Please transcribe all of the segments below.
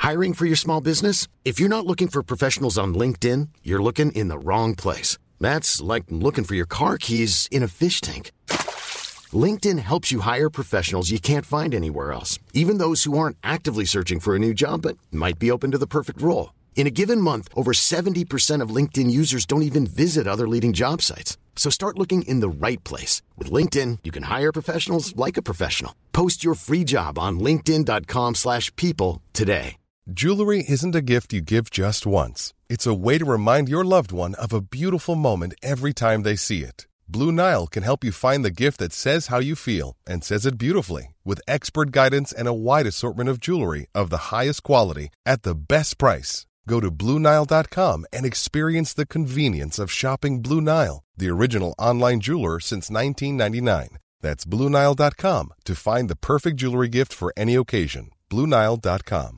Hiring for your small business? If you're not looking for professionals on LinkedIn, you're looking in the wrong place. That's like looking for your car keys in a fish tank. LinkedIn helps you hire professionals you can't find anywhere else, even those who aren't actively searching for a new job but might be open to the perfect role. In a given month, over 70% of LinkedIn users don't even visit other leading job sites. So start looking in the right place. With LinkedIn, you can hire professionals like a professional. Post your free job on linkedin.com/people today. Jewelry isn't a gift you give just once. It's a way to remind your loved one of a beautiful moment every time they see it. Blue Nile can help you find the gift that says how you feel and says it beautifully, with expert guidance and a wide assortment of jewelry of the highest quality at the best price. Go to BlueNile.com and experience the convenience of shopping Blue Nile, the original online jeweler since 1999. That's BlueNile.com to find the perfect jewelry gift for any occasion. BlueNile.com.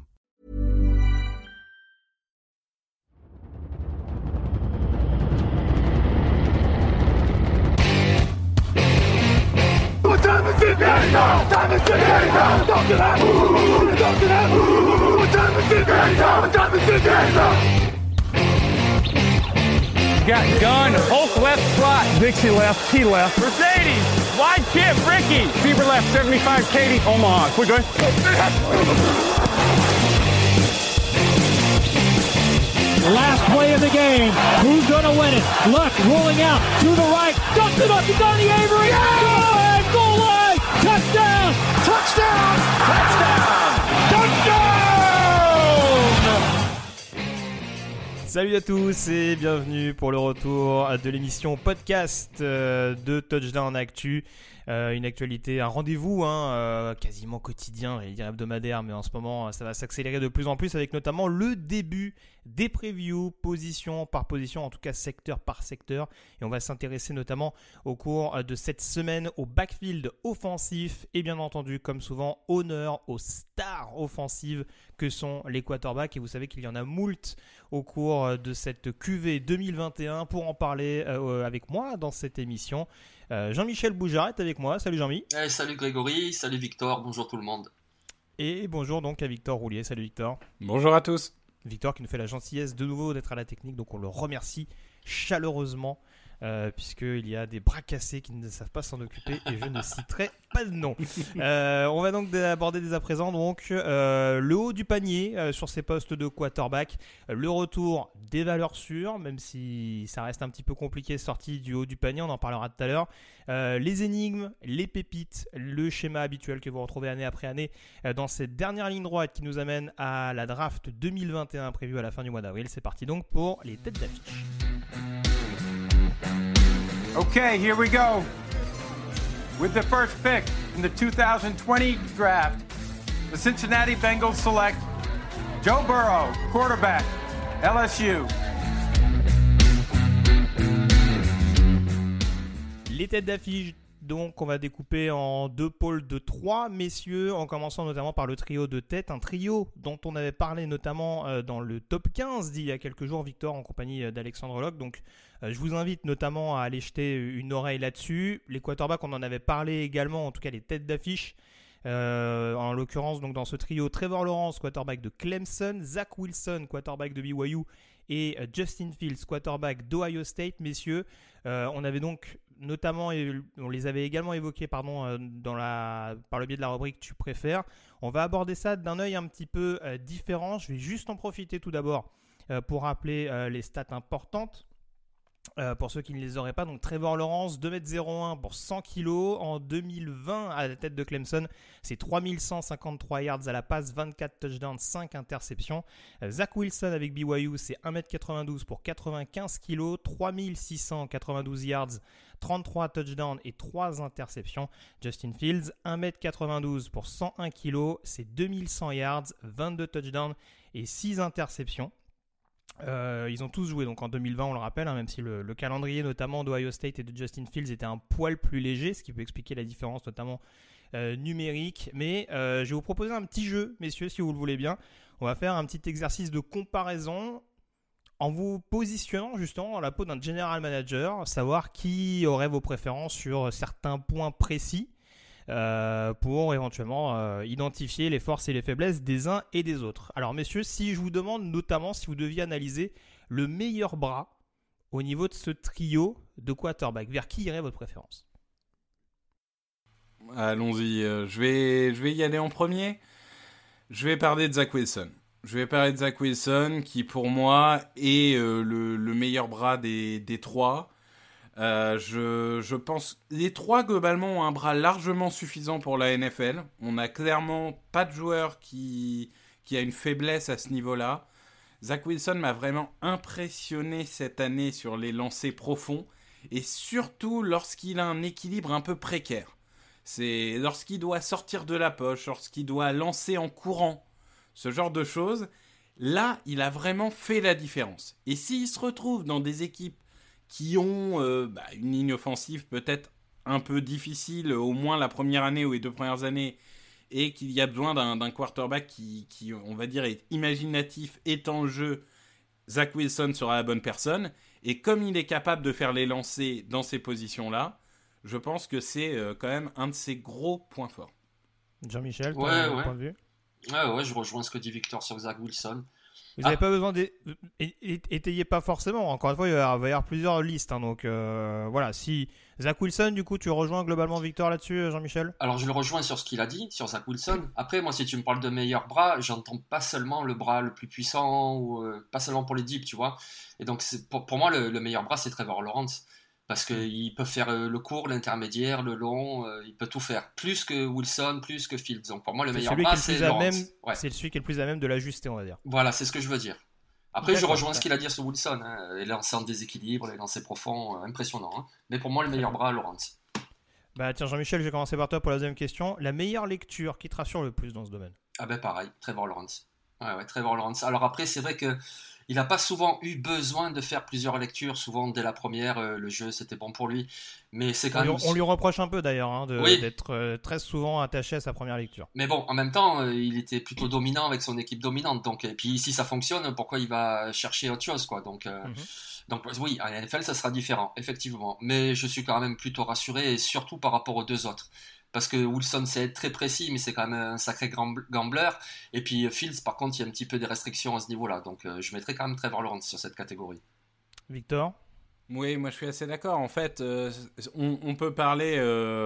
Got gun, Hulk left slot, Dixie left, T left, Mercedes, wide chip, Ricky, Fever left, 75, Katie, Omaha, quick going. Last play of the game. Who's going to win it? Luck rolling out to the right. Dumps it up to Donnie Avery. Yeah! Goal line. Touchdown. Touchdown. Touchdown. Touchdown. Salut à tous et bienvenue pour le retour de l'émission podcast de Touchdown Actu. Une actualité, un rendez-vous quasiment quotidien, j'allais dire hebdomadaire, mais en ce moment ça va s'accélérer de plus en plus avec notamment le début des previews, position par position, en tout cas secteur par secteur. Et on va s'intéresser notamment au cours de cette semaine au backfield offensif et bien entendu, comme souvent, honneur aux stars offensives que sont les quarterbacks. Et vous savez qu'il y en a moult au cours de cette QV 2021. Pour en parler avec moi dans cette émission, Jean-Michel Boujard est avec moi. Salut Jean-Mi. Hey, salut Grégory, salut Victor, bonjour tout le monde. Et bonjour donc à Victor Roulier. Salut Victor. Bonjour à tous. Victor qui nous fait la gentillesse de nouveau d'être à la technique, donc on le remercie chaleureusement puisqu'il y a des bras cassés qui ne savent pas s'en occuper et je ne citerai pas de nom. On va donc aborder dès à présent donc, le haut du panier sur ces postes de quarterback, le retour des valeurs sûres, même si ça reste un petit peu compliqué sorti du haut du panier, on en parlera tout à l'heure, les énigmes, les pépites, le schéma habituel que vous retrouvez année après année dans cette dernière ligne droite qui nous amène à la draft 2021 prévue à la fin du mois d'avril. C'est parti donc pour les têtes d'affiche. Okay, here we go. With the first pick in the 2020 draft, the Cincinnati Bengals select Joe Burrow, quarterback, LSU. Les têtes d'affiche, donc, on va découper en deux pôles de 3 messieurs, en commençant notamment par le trio de tête, un trio dont on avait parlé notamment dans le top 15 d'il y a quelques jours, Victor, en compagnie d'Alexandre Locke. Donc, je vous invite notamment à aller jeter une oreille là-dessus. Les quarterbacks, on en avait parlé également, en tout cas les têtes d'affiche. En l'occurrence, donc dans ce trio, Trevor Lawrence, quarterback de Clemson, Zach Wilson, quarterback de BYU, et Justin Fields, quarterback d'Ohio State. Messieurs, on avait donc notamment, on les avait également évoqués par le biais de la rubrique Tu préfères. On va aborder ça d'un œil un petit peu différent. Je vais juste en profiter tout d'abord pour rappeler les stats importantes. Pour ceux qui ne les auraient pas, donc Trevor Lawrence, 2m01 pour 100 kg en 2020 à la tête de Clemson, c'est 3153 yards à la passe, 24 touchdowns, 5 interceptions. Zach Wilson avec BYU, c'est 1m92 pour 95 kg, 3692 yards, 33 touchdowns et 3 interceptions. Justin Fields, 1m92 pour 101 kg, c'est 2100 yards, 22 touchdowns et 6 interceptions. Ils ont tous joué donc en 2020, on le rappelle, même si le calendrier notamment d'Ohio State et de Justin Fields était un poil plus léger, ce qui peut expliquer la différence notamment numérique. Mais je vais vous proposer un petit jeu, messieurs, si vous le voulez bien. On va faire un petit exercice de comparaison en vous positionnant justement dans la peau d'un general manager, savoir qui aurait vos préférences sur certains points précis. pour éventuellement identifier les forces et les faiblesses des uns et des autres. Alors messieurs, si je vous demande notamment si vous deviez analyser le meilleur bras au niveau de ce trio de quarterback, vers qui irait votre préférence ? Allons-y, je vais y aller en premier. Je vais parler de Zach Wilson. Qui pour moi est le meilleur bras des trois. Je pense les trois globalement ont un bras largement suffisant pour la NFL. On n'a clairement pas de joueur qui a une faiblesse à ce niveau-là. Zach Wilson m'a vraiment impressionné cette année sur les lancers profonds et surtout lorsqu'il a un équilibre un peu précaire. C'est lorsqu'il doit sortir de la poche, lorsqu'il doit lancer en courant, ce genre de choses. Là, il a vraiment fait la différence. Et s'il se retrouve dans des équipes qui ont une ligne offensive peut-être un peu difficile, au moins la première année ou les 2 premières années, et qu'il y a besoin d'un quarterback qui, on va dire, est imaginatif, est en jeu, Zach Wilson sera la bonne personne. Et comme il est capable de faire les lancers dans ces positions-là, je pense que c'est quand même un de ses gros points forts. Jean-Michel, ton point de vue ? Ouais, je rejoins ce que dit Victor sur Zach Wilson. Vous n'avez pas besoin d'étayer pas forcément. Encore une fois, il va y avoir plusieurs listes. Donc voilà, si Zach Wilson, du coup, tu rejoins globalement Victor là-dessus, Jean-Michel ? Alors je le rejoins sur ce qu'il a dit, sur Zach Wilson. Après, moi, si tu me parles de meilleur bras, j'entends pas seulement le bras le plus puissant, ou pas seulement pour les deep, tu vois. Et donc pour moi, le meilleur bras, c'est Trevor Lawrence. Parce qu'il peut faire le court, l'intermédiaire, le long, il peut tout faire. Plus que Wilson, plus que Fields. Donc pour moi, le meilleur bras, c'est Lawrence. C'est celui qui est le plus à même de l'ajuster, on va dire. Voilà, c'est ce que je veux dire. Après, je rejoins ce qu'il a dit sur Wilson. Les lancers en déséquilibre, les lancers profonds, impressionnants. Mais pour moi, le meilleur bras, Lawrence. Bah tiens, Jean-Michel, je vais commencer par toi pour la deuxième question. La meilleure lecture qui te rassure le plus dans ce domaine ? Ah ben pareil, Trevor Lawrence. Ouais, Trevor Lawrence. Alors après, c'est vrai que il n'a pas souvent eu besoin de faire plusieurs lectures. Souvent, dès la première, le jeu, c'était bon pour lui. Mais c'est quand même... On lui reproche un peu, d'ailleurs, d'être très souvent attaché à sa première lecture. Mais bon, en même temps, il était plutôt dominant avec son équipe dominante. Donc, et puis, si ça fonctionne, pourquoi il va chercher autre chose, quoi. Donc oui, en NFL, ça sera différent, effectivement. Mais je suis quand même plutôt rassuré, et surtout par rapport aux deux autres. Parce que Wilson, c'est très précis, mais c'est quand même un sacré gambler. Et puis Fields, par contre, il y a un petit peu des restrictions à ce niveau-là. Donc je mettrais quand même Trevor Lawrence sur cette catégorie. Victor ? Oui, moi je suis assez d'accord. En fait, on peut parler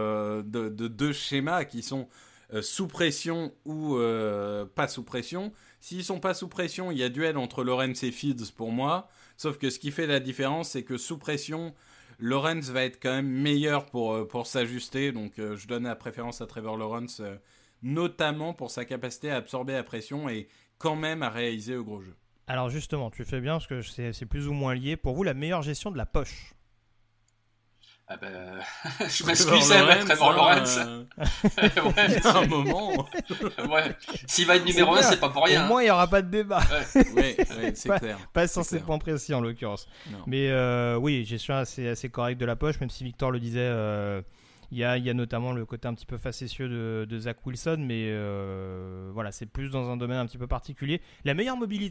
de deux schémas qui sont sous pression ou pas sous pression. S'ils sont pas sous pression, il y a duel entre Lawrence et Fields pour moi. Sauf que ce qui fait la différence, c'est que sous pression, Lawrence va être quand même meilleur pour s'ajuster, donc je donne la préférence à Trevor Lawrence, notamment pour sa capacité à absorber la pression et quand même à réaliser le gros jeu. Alors justement, tu fais bien parce que c'est plus ou moins lié. Pour vous, la meilleure gestion de la poche ? Je m'excuse, Trevor Lawrence. Il y a un moment. S'il va être numéro 1, c'est pas pour rien. Au moins, il n'y aura pas de débat. Oui, c'est clair. Pas sur ces points précis en l'occurrence. Non. Mais oui, gestion assez correcte de la poche, même si Victor le disait. Il y a notamment le côté un petit peu facétieux de Zach Wilson, mais voilà, c'est plus dans un domaine un petit peu particulier. La meilleure mobilité ?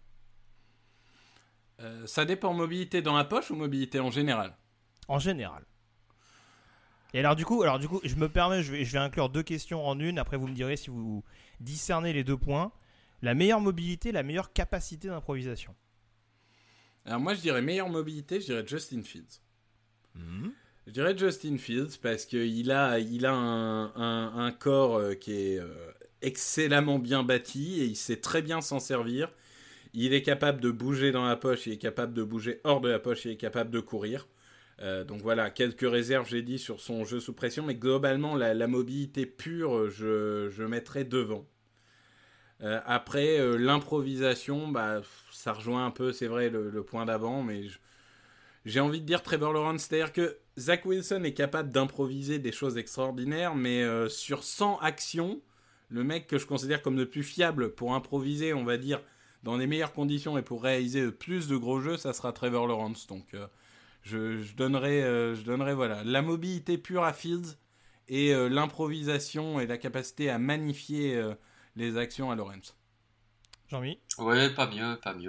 Ça dépend, mobilité dans la poche ou mobilité en général ? En général. Et alors du coup, je me permets, je vais inclure 2 questions en une. Après, vous me direz si vous discernez les 2 points. La meilleure mobilité, la meilleure capacité d'improvisation. Alors moi, je dirais meilleure mobilité, je dirais Justin Fields. Je dirais Justin Fields parce qu'il a un corps qui est excellemment bien bâti et il sait très bien s'en servir. Il est capable de bouger dans la poche, il est capable de bouger hors de la poche, il est capable de courir. Donc voilà, quelques réserves, j'ai dit, sur son jeu sous pression, mais globalement, la mobilité pure, je mettrais devant. Après, l'improvisation, ça rejoint un peu, c'est vrai, le point d'avant, mais j'ai envie de dire Trevor Lawrence, c'est-à-dire que Zach Wilson est capable d'improviser des choses extraordinaires, mais sur 100 actions, le mec que je considère comme le plus fiable pour improviser, on va dire, dans les meilleures conditions et pour réaliser le plus de gros jeux, ça sera Trevor Lawrence. Donc je donnerais voilà, la mobilité pure à Fields et l'improvisation et la capacité à magnifier les actions à Lawrence. Jean-Mi ? Ouais, pas mieux.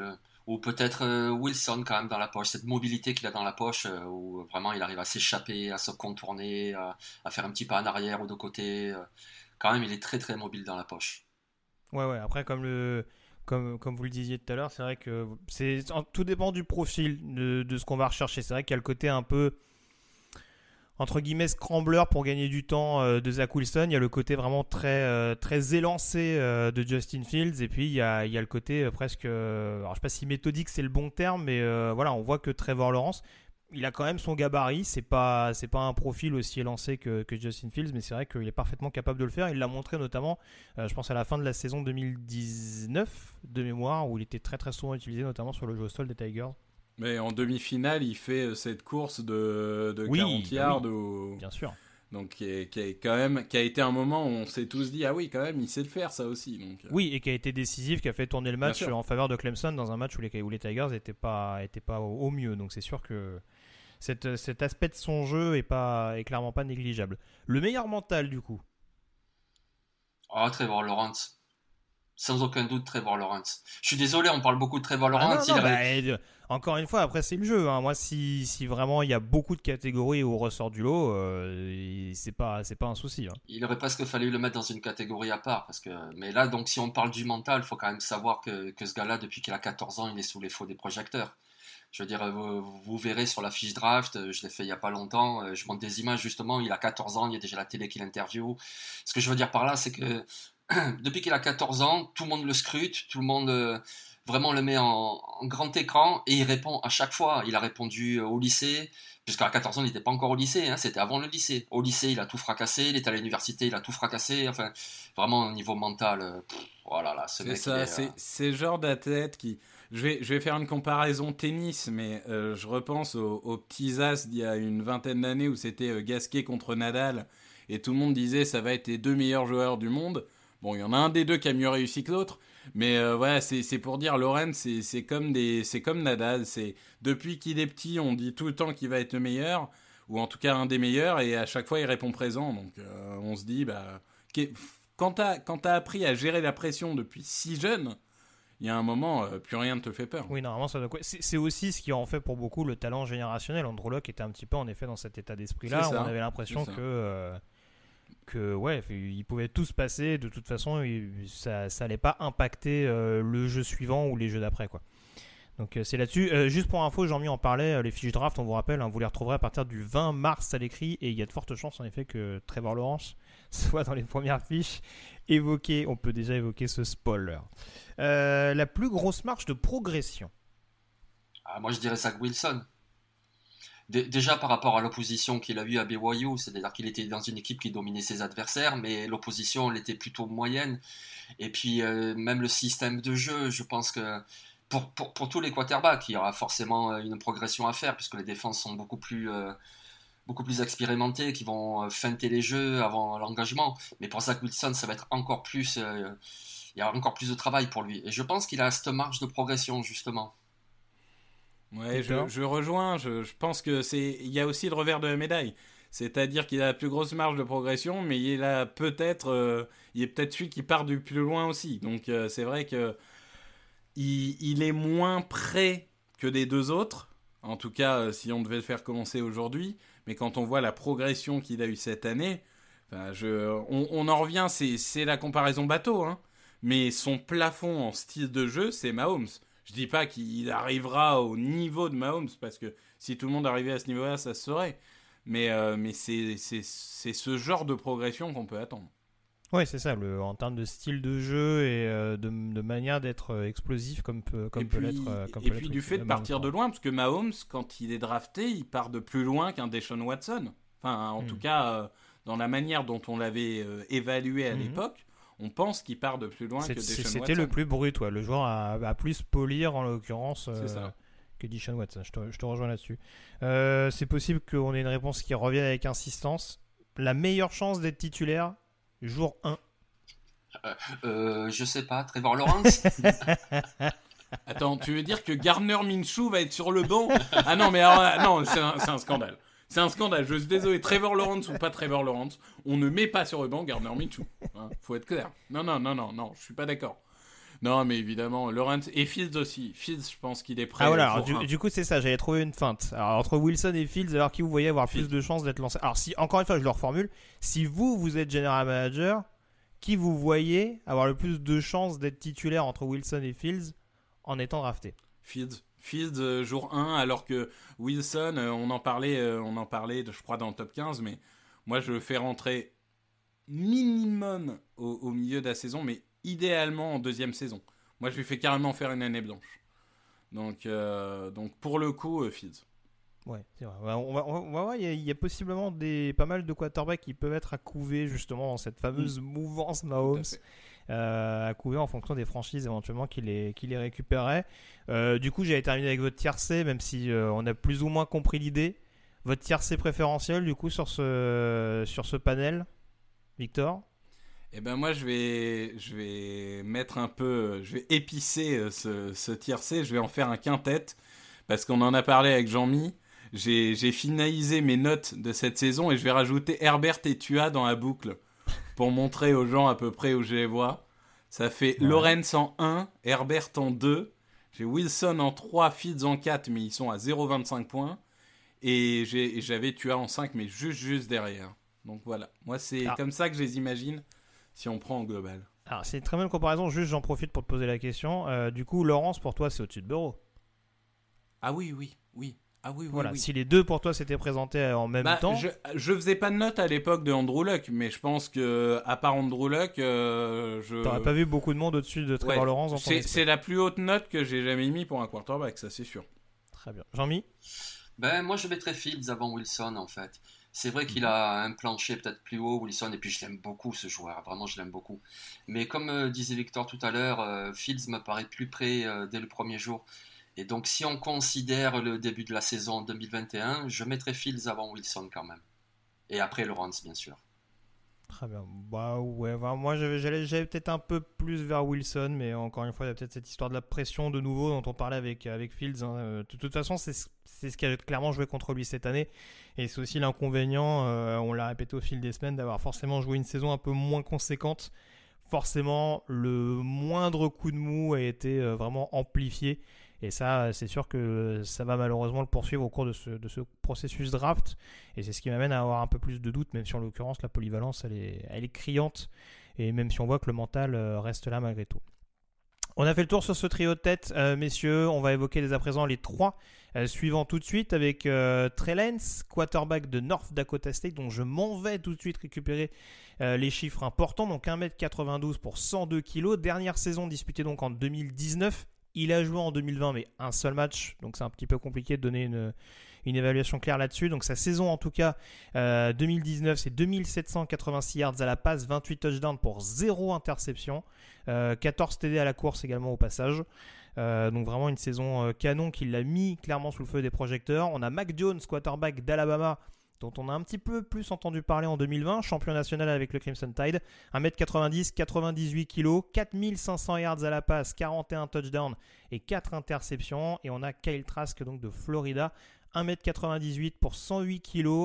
ou peut-être Wilson quand même dans la poche, cette mobilité qu'il a dans la poche où vraiment il arrive à s'échapper, à se contourner, à faire un petit pas en arrière ou de côté. Quand même, il est très très mobile dans la poche. Ouais, après comme vous le disiez tout à l'heure, c'est vrai que tout dépend du profil de ce qu'on va rechercher. C'est vrai qu'il y a le côté un peu entre guillemets scrambler pour gagner du temps de Zach Wilson. Il y a le côté vraiment très très élancé de Justin Fields, et puis il y a le côté presque alors je sais pas si méthodique c'est le bon terme, mais voilà, on voit que Trevor Lawrence, il a quand même son gabarit, c'est pas un profil aussi élancé que Justin Fields, mais c'est vrai qu'il est parfaitement capable de le faire. Il l'a montré notamment je pense à la fin de la saison 2019 de mémoire, où il était très très souvent utilisé, notamment sur le jeu au sol des Tigers. Mais en demi-finale, il fait cette course de 40 yards. Oui, bien sûr. Donc, qui a été un moment où on s'est tous dit, ah oui, quand même, il sait le faire, ça aussi. Donc, Oui, et qui a été décisif, qui a fait tourner le match en faveur de Clemson dans un match où les Tigers n'étaient pas au mieux. Donc, c'est sûr que cet aspect de son jeu est clairement pas négligeable. Le meilleur mental, du coup. Trevor Lawrence. Sans aucun doute, Trevor Lawrence. Je suis désolé, on parle beaucoup de Trevor Lawrence. Encore une fois, après c'est le jeu. Moi, si vraiment il y a beaucoup de catégories où ressort du lot, c'est pas un souci. Il aurait presque fallu le mettre dans une catégorie à part. Mais là, donc, si on parle du mental, il faut quand même savoir que ce gars-là, depuis qu'il a 14 ans, il est sous les feux des projecteurs. Je veux dire, vous verrez sur la fiche draft, je l'ai fait il n'y a pas longtemps, je montre des images justement, il a 14 ans, il y a déjà la télé qui l'interviewe. Ce que je veux dire par là, c'est que depuis qu'il a 14 ans, tout le monde le scrute, tout le monde vraiment le met en grand écran, et il répond à chaque fois. Il a répondu au lycée, puisqu'à 14 ans il n'était pas encore au lycée, c'était avant le lycée. Au lycée il a tout fracassé, il est à l'université, il a tout fracassé, enfin vraiment au niveau mental, voilà là, ce mec. C'est le genre d'athlète qui... Je vais faire une comparaison tennis, mais je repense aux petits as d'il y a une vingtaine d'années où c'était Gasquet contre Nadal, et tout le monde disait ça va être les deux meilleurs joueurs du monde. Bon, il y en a un des deux qui a mieux réussi que l'autre, mais voilà, c'est pour dire, Lawrence, c'est comme Nadal. Depuis qu'il est petit, on dit tout le temps qu'il va être le meilleur, ou en tout cas un des meilleurs, et à chaque fois il répond présent. Donc on se dit, quand t'as appris à gérer la pression depuis si jeune, il y a un moment, plus rien ne te fait peur. Oui, normalement, ça doit... c'est aussi ce qui en fait pour beaucoup le talent générationnel. Andrew Luck était un petit peu en effet dans cet état d'esprit-là. On avait l'impression que ouais, il pouvait tout se passer. De toute façon, ça allait pas impacter le jeu suivant ou les jeux d'après, quoi. Donc c'est là-dessus. Juste pour info, Jean-Mi en parlait, les fiches draft, on vous rappelle, vous les retrouverez à partir du 20 mars à l'écrit, et il y a de fortes chances en effet que Trevor Lawrence soit dans les premières fiches évoquées. On peut déjà évoquer ce spoiler. La plus grosse marge de progression. Moi je dirais Zach Wilson. Déjà par rapport à l'opposition qu'il a eue à BYU, c'est-à-dire qu'il était dans une équipe qui dominait ses adversaires, mais l'opposition elle était plutôt moyenne. Et puis même le système de jeu, je pense que pour tous les quarterbacks, il y aura forcément une progression à faire, puisque les défenses sont beaucoup plus expérimentées, qui vont feinter les jeux avant l'engagement. Mais pour Zach Wilson, ça va être encore plus... il y a encore plus de travail pour lui. Et je pense qu'il a cette marge de progression, justement. Ouais, je rejoins. Je pense que il y a aussi le revers de la médaille. C'est-à-dire qu'il a la plus grosse marge de progression, mais il est peut-être celui qui part du plus loin aussi. Donc c'est vrai que il est moins prêt que les deux autres. En tout cas, si on devait le faire commencer aujourd'hui. Mais quand on voit la progression qu'il a eue cette année, on en revient, c'est la comparaison bateau, hein. Mais son plafond en style de jeu, c'est Mahomes. Je dis pas qu'il arrivera au niveau de Mahomes, parce que si tout le monde arrivait à ce niveau-là, ça se saurait. Mais c'est ce genre de progression qu'on peut attendre. Oui, c'est ça, en termes de style de jeu et de manière d'être explosif comme peut l'être. Et puis du fait de partir de loin, parce que Mahomes, quand il est drafté, il part de plus loin qu'un Deshaun Watson. Enfin, en tout cas, dans la manière dont on l'avait évalué à l'époque, on pense qu'il part de plus loin que Deshaun Watson. C'était le plus brut, le joueur à plus polir en l'occurrence que Deshaun Watson. Je te rejoins là-dessus. C'est possible qu'on ait une réponse qui revienne avec insistance. La meilleure chance d'être titulaire jour 1. Je sais pas, Trevor Lawrence. Attends, tu veux dire que Gardner Minshew va être sur le banc? Ah non, mais alors, non, c'est un scandale. C'est un scandale, je suis désolé. Trevor Lawrence ou pas Trevor Lawrence, on ne met pas sur le banc Gardner Minshew. Faut être clair. Non, je suis pas d'accord. Non, mais évidemment, Lawrence et Fields aussi. Fields, je pense qu'il est prêt. Ah voilà, alors, du coup, c'est ça, j'avais trouvé une feinte. Alors, entre Wilson et Fields, alors qui vous voyez avoir plus de chances d'être lancé? Alors, si, encore une fois, je le reformule, si vous êtes general manager, qui vous voyez avoir le plus de chances d'être titulaire entre Wilson et Fields en étant drafté? Fields jour 1, alors que Wilson, on en parlait, je crois, dans le top 15, mais moi, je le fais rentrer minimum au milieu de la saison, mais idéalement en deuxième saison. Moi, je lui fais carrément faire une année blanche. Donc pour le coup, Fields. Ouais, c'est vrai. On va voir, il y a possiblement pas mal de quarterbacks qui peuvent être à couver justement dans cette fameuse mouvance Mahomes. À couver en fonction des franchises éventuellement qui les récupéraient. Du coup, j'avais terminé avec votre tiercé, même si on a plus ou moins compris l'idée. Votre tiercé préférentiel, du coup, sur ce panel, Victor? Eh ben moi, je vais mettre un peu, je vais épicer ce tiercé. Je vais en faire un quintet parce qu'on en a parlé avec Jean-Mi. J'ai finalisé mes notes de cette saison et je vais rajouter Herbert et Tua dans la boucle pour montrer aux gens à peu près où je les vois. Ça fait Lawrence en 1, Herbert en 2. J'ai Wilson en 3, Fields en 4, mais ils sont à 0,25 points. Et j'avais Tua en 5, mais juste derrière. Donc voilà, moi c'est comme ça que je les imagine si on prend en global. Alors c'est une très bonne comparaison, juste j'en profite pour te poser la question. Du coup, Lawrence, pour toi, c'est au-dessus de Burrow? Ah oui. Ah oui, voilà, oui. Si les deux pour toi s'étaient présentés en même temps. Je faisais pas de notes à l'époque de Andrew Luck, mais je pense que à part Andrew Luck, t'aurais pas vu beaucoup de monde au-dessus de Trevor Lawrence. C'est la plus haute note que j'ai jamais mis pour un quarterback, ça c'est sûr. Très bien. Jean-Mi? Moi je mettrais Fields avant Wilson en fait. C'est vrai qu'il a un plancher peut-être plus haut, Wilson, et puis je l'aime beaucoup ce joueur, vraiment je l'aime beaucoup. Mais comme disait Victor tout à l'heure, Fields me paraît plus près dès le premier jour. Et donc, si on considère le début de la saison 2021, je mettrais Fields avant Wilson quand même. Et après Lawrence, bien sûr. Très bien. Moi, j'allais peut-être un peu plus vers Wilson, mais encore une fois, il y a peut-être cette histoire de la pression de nouveau dont on parlait avec Fields. Hein. De toute façon, c'est ce qui a clairement joué contre lui cette année. Et c'est aussi l'inconvénient, on l'a répété au fil des semaines, d'avoir forcément joué une saison un peu moins conséquente. Forcément, le moindre coup de mou a été vraiment amplifié. Et ça, c'est sûr que ça va malheureusement le poursuivre au cours de ce processus draft. Et c'est ce qui m'amène à avoir un peu plus de doutes, même si en l'occurrence, la polyvalence, elle est criante. Et même si on voit que le mental reste là malgré tout. On a fait le tour sur ce trio de tête, messieurs. On va évoquer dès à présent les trois suivants tout de suite avec Trey Lance, quarterback de North Dakota State, dont je m'en vais tout de suite récupérer les chiffres importants. Donc 1m92 pour 102 kg. Dernière saison disputée donc en 2019. Il a joué en 2020, mais un seul match, donc c'est un petit peu compliqué de donner une évaluation claire là-dessus. Donc sa saison en tout cas, 2019, c'est 2786 yards à la passe, 28 touchdowns pour 0 interception, 14 TD à la course également au passage. Donc vraiment une saison canon qui l'a mis clairement sous le feu des projecteurs. On a Mac Jones, quarterback d'Alabama, dont on a un petit peu plus entendu parler en 2020, champion national avec le Crimson Tide, 1m90, 98 kg, 4500 yards à la passe, 41 touchdowns et 4 interceptions. Et on a Kyle Trask donc de Florida, 1m98 pour 108 kg,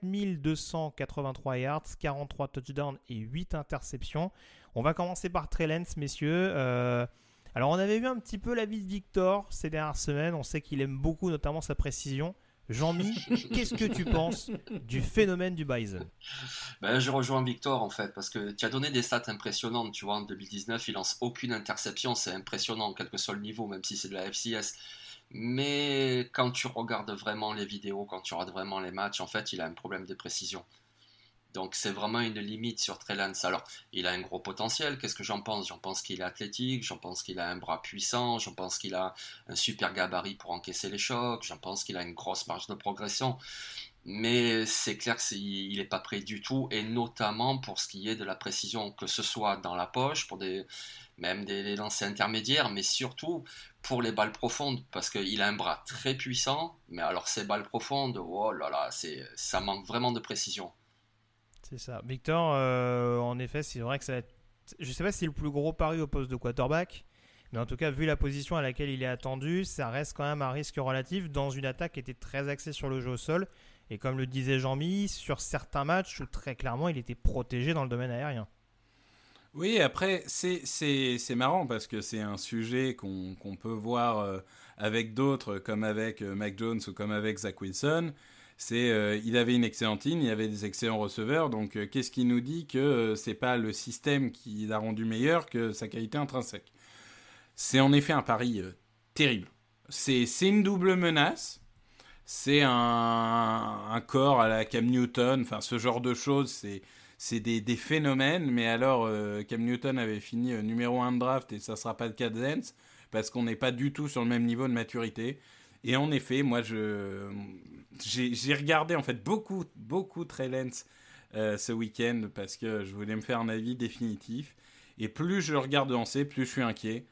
4283 yards, 43 touchdowns et 8 interceptions. On va commencer par Trey Lance, messieurs. Alors on avait vu un petit peu l'avis de Victor ces dernières semaines, on sait qu'il aime beaucoup notamment sa précision. Jean-Mi, qu'est-ce que tu penses du phénomène du Bison? Je rejoins Victor en fait, parce que tu as donné des stats impressionnantes. Tu vois, en 2019, il lance aucune interception, c'est impressionnant, quel que soit le niveau, même si c'est de la FCS. Mais quand tu regardes vraiment les vidéos, quand tu regardes vraiment les matchs, en fait, il a un problème de précision. Donc c'est vraiment une limite sur Trey Lance. Alors, il a un gros potentiel, qu'est-ce que j'en pense? J'en pense qu'il est athlétique, j'en pense qu'il a un bras puissant, j'en pense qu'il a un super gabarit pour encaisser les chocs, j'en pense qu'il a une grosse marge de progression. Mais c'est clair qu'il n'est pas prêt du tout, et notamment pour ce qui est de la précision, que ce soit dans la poche, pour même des lancers intermédiaires, mais surtout pour les balles profondes, parce qu'il a un bras très puissant, mais alors ces balles profondes, oh là là, ça manque vraiment de précision. C'est ça. Victor, en effet, c'est vrai que ça va être... Je ne sais pas si c'est le plus gros pari au poste de quarterback, mais en tout cas, vu la position à laquelle il est attendu, ça reste quand même un risque relatif dans une attaque qui était très axée sur le jeu au sol. Et comme le disait Jean-Mi, sur certains matchs où très clairement il était protégé dans le domaine aérien. Oui, après, c'est marrant parce que c'est un sujet qu'on peut voir avec d'autres, comme avec Mac Jones ou comme avec Zach Wilson. Il avait une excellente ligne, il avait des excellents receveurs, donc qu'est-ce qui nous dit que c'est pas le système qui l'a rendu meilleur que sa qualité intrinsèque? C'est en effet un pari terrible. C'est une double menace. C'est un corps à la Cam Newton, enfin ce genre de choses, c'est des phénomènes, mais alors Cam Newton avait fini numéro 1 de draft et ça sera pas le cas de Lance, parce qu'on n'est pas du tout sur le même niveau de maturité. Et en effet, moi j'ai regardé en fait beaucoup Trey Lance ce week-end, parce que je voulais me faire un avis définitif, et plus je le regarde lancer, plus je suis inquiet.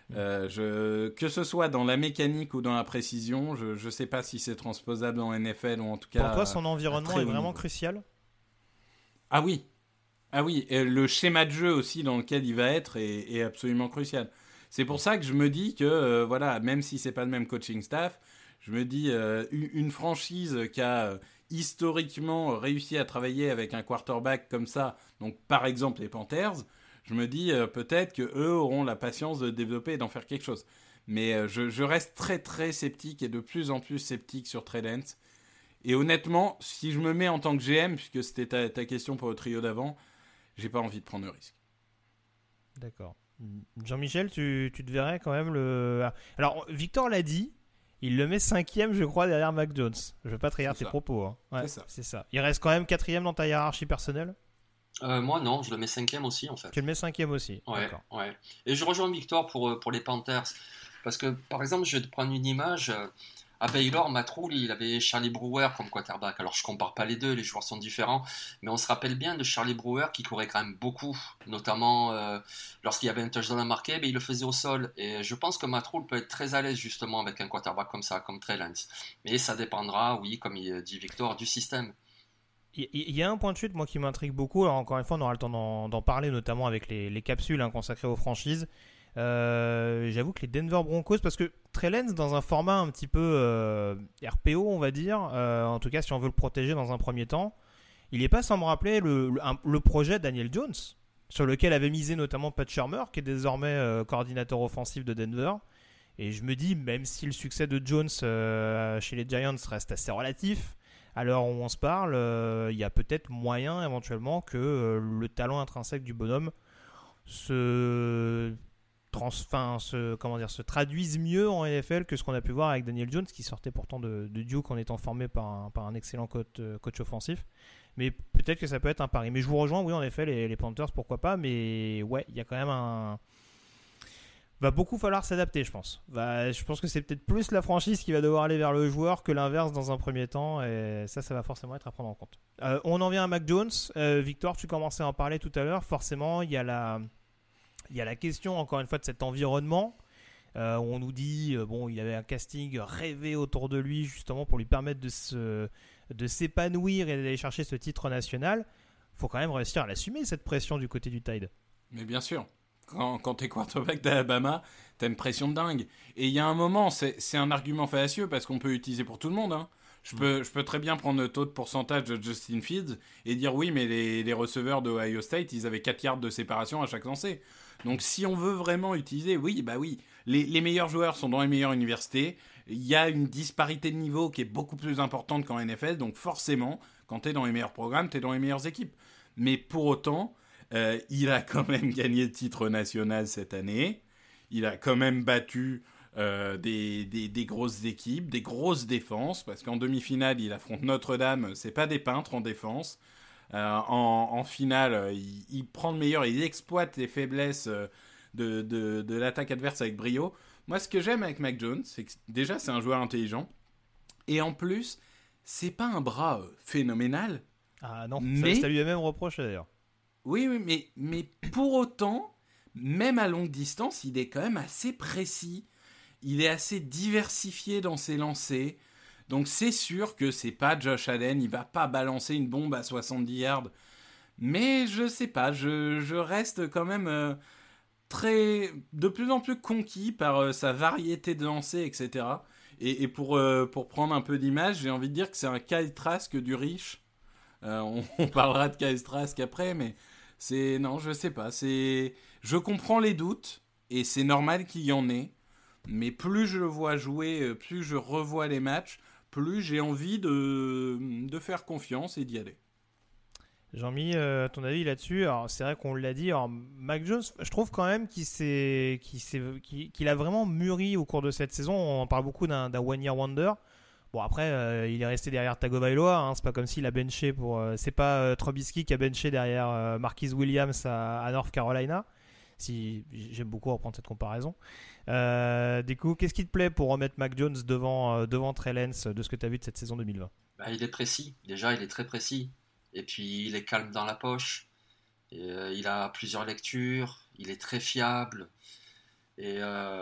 Que ce soit dans la mécanique ou dans la précision, je sais pas si c'est transposable en NFL ou en tout cas. Pour toi, son environnement est vraiment crucial? Ah oui, et le schéma de jeu aussi dans lequel il va être est absolument crucial. C'est pour ça que je me dis que voilà, même si c'est pas le même coaching staff, je me dis une franchise qui a historiquement réussi à travailler avec un quarterback comme ça, donc par exemple les Panthers. Je me dis peut-être qu'eux auront la patience de développer et d'en faire quelque chose. Mais je reste très très sceptique et de plus en plus sceptique sur Trey Lance. Et honnêtement, si je me mets en tant que GM, puisque c'était ta question pour le trio d'avant, j'ai pas envie de prendre le risque. D'accord. Jean-Michel, tu te verrais quand même le... Alors, Victor l'a dit, il le met 5e, je crois, derrière Mac Jones. Je veux pas trahir tes propos. Hein. Ouais, c'est ça. Il reste quand même 4e dans ta hiérarchie personnelle? Moi non, je le mets 5e aussi en fait. Tu le mets 5e aussi? Ouais, d'accord. Ouais. Et je rejoins Victor pour les Panthers. Parce que par exemple, je vais te prendre une image. À Baylor, Matt Rhule, il avait Charlie Brewer comme quarterback. Alors je compare pas les deux, les joueurs sont différents. Mais on se rappelle bien de Charlie Brewer qui courait quand même beaucoup. Notamment lorsqu'il y avait un touchdown à marquer, il le faisait au sol. Et je pense que Matt Rhule peut être très à l'aise justement avec un quarterback comme ça, comme Trey Lance. Mais ça dépendra, oui, comme il dit Victor, du système. Il y a un point de chute, moi, qui m'intrigue beaucoup. Alors, encore une fois, on aura le temps d'en parler, notamment avec les capsules consacrées aux franchises. J'avoue que les Denver Broncos, parce que Trey Lance, dans un format un petit peu RPO, on va dire, en tout cas, si on veut le protéger dans un premier temps, il n'est pas sans me rappeler le projet Daniel Jones, sur lequel avait misé notamment Pat Shurmur, qui est désormais coordinateur offensif de Denver. Et je me dis, même si le succès de Jones chez les Giants reste assez relatif, à l'heure où on se parle, il y a peut-être moyen éventuellement que le talent intrinsèque du bonhomme se traduise mieux en NFL que ce qu'on a pu voir avec Daniel Jones, qui sortait pourtant de Duke en étant formé par un excellent coach offensif. Mais peut-être que ça peut être un pari. Mais je vous rejoins, oui, en effet, les Panthers, pourquoi pas. Mais ouais, il y a quand même va beaucoup falloir s'adapter, je pense. Je pense que c'est peut-être plus la franchise qui va devoir aller vers le joueur que l'inverse dans un premier temps, et ça va forcément être à prendre en compte. On en vient à Mac Jones. Victor, tu commençais à en parler tout à l'heure. Forcément, il y a la question, encore une fois, de cet environnement. On nous dit, il avait un casting rêvé autour de lui, justement, pour lui permettre de s'épanouir et d'aller chercher ce titre national. Il faut quand même réussir à l'assumer, cette pression du côté du Tide. Mais bien sûr. Quand t'es quarterback d'Alabama, t'as une pression de dingue. Et il y a un moment, c'est un argument fallacieux parce qu'on peut l'utiliser pour tout le monde. Hein. Je peux très bien prendre le taux de pourcentage de Justin Fields et dire oui, mais les receveurs de Ohio State, ils avaient 4 yards de séparation à chaque lancer. Donc si on veut vraiment utiliser, oui, les meilleurs joueurs sont dans les meilleures universités. Il y a une disparité de niveau qui est beaucoup plus importante qu'en NFL. Donc forcément, quand t'es dans les meilleurs programmes, t'es dans les meilleures équipes. Mais pour autant... il a quand même gagné le titre national cette année. Il a quand même battu des grosses équipes, des grosses défenses, parce qu'en demi-finale, il affronte Notre-Dame. C'est pas des peintres en défense. En finale, il prend le meilleur, il exploite les faiblesses de l'attaque adverse avec brio. Moi, ce que j'aime avec Mac Jones, c'est que déjà, c'est un joueur intelligent. Et en plus, c'est pas un bras phénoménal. Ah non, mais... ça lui a même reproché d'ailleurs. Oui, mais pour autant, même à longue distance, il est quand même assez précis. Il est assez diversifié dans ses lancers. Donc c'est sûr que c'est pas Josh Allen, il va pas balancer une bombe à 70 yards. Mais je sais pas, je reste quand même de plus en plus conquis par sa variété de lancers, etc. Et pour prendre un peu d'image, j'ai envie de dire que c'est un Kyle Trask du riche. On parlera de Kyle Trask après, mais Non, je sais pas. Je comprends les doutes, et c'est normal qu'il y en ait. Mais plus je le vois jouer, plus je revois les matchs, plus j'ai envie de faire confiance et d'y aller. Jean-Mi, ton avis là-dessus? Alors, c'est vrai qu'on l'a dit. Alors, Mac Jones, je trouve quand même qu'il a vraiment mûri au cours de cette saison. On parle beaucoup d'un one-year wonder. Bon, après, il est resté derrière Tagovailoa. Hein, c'est pas comme s'il a benché c'est pas Trubisky qui a benché derrière Marquise Williams à North Carolina. Si j'aime beaucoup reprendre cette comparaison. Du coup, qu'est-ce qui te plaît pour remettre Mac Jones devant Trey Lance de ce que tu as vu de cette saison 2020? Il est précis. Déjà, il est très précis. Et puis, il est calme dans la poche. Et, il a plusieurs lectures. Il est très fiable. Et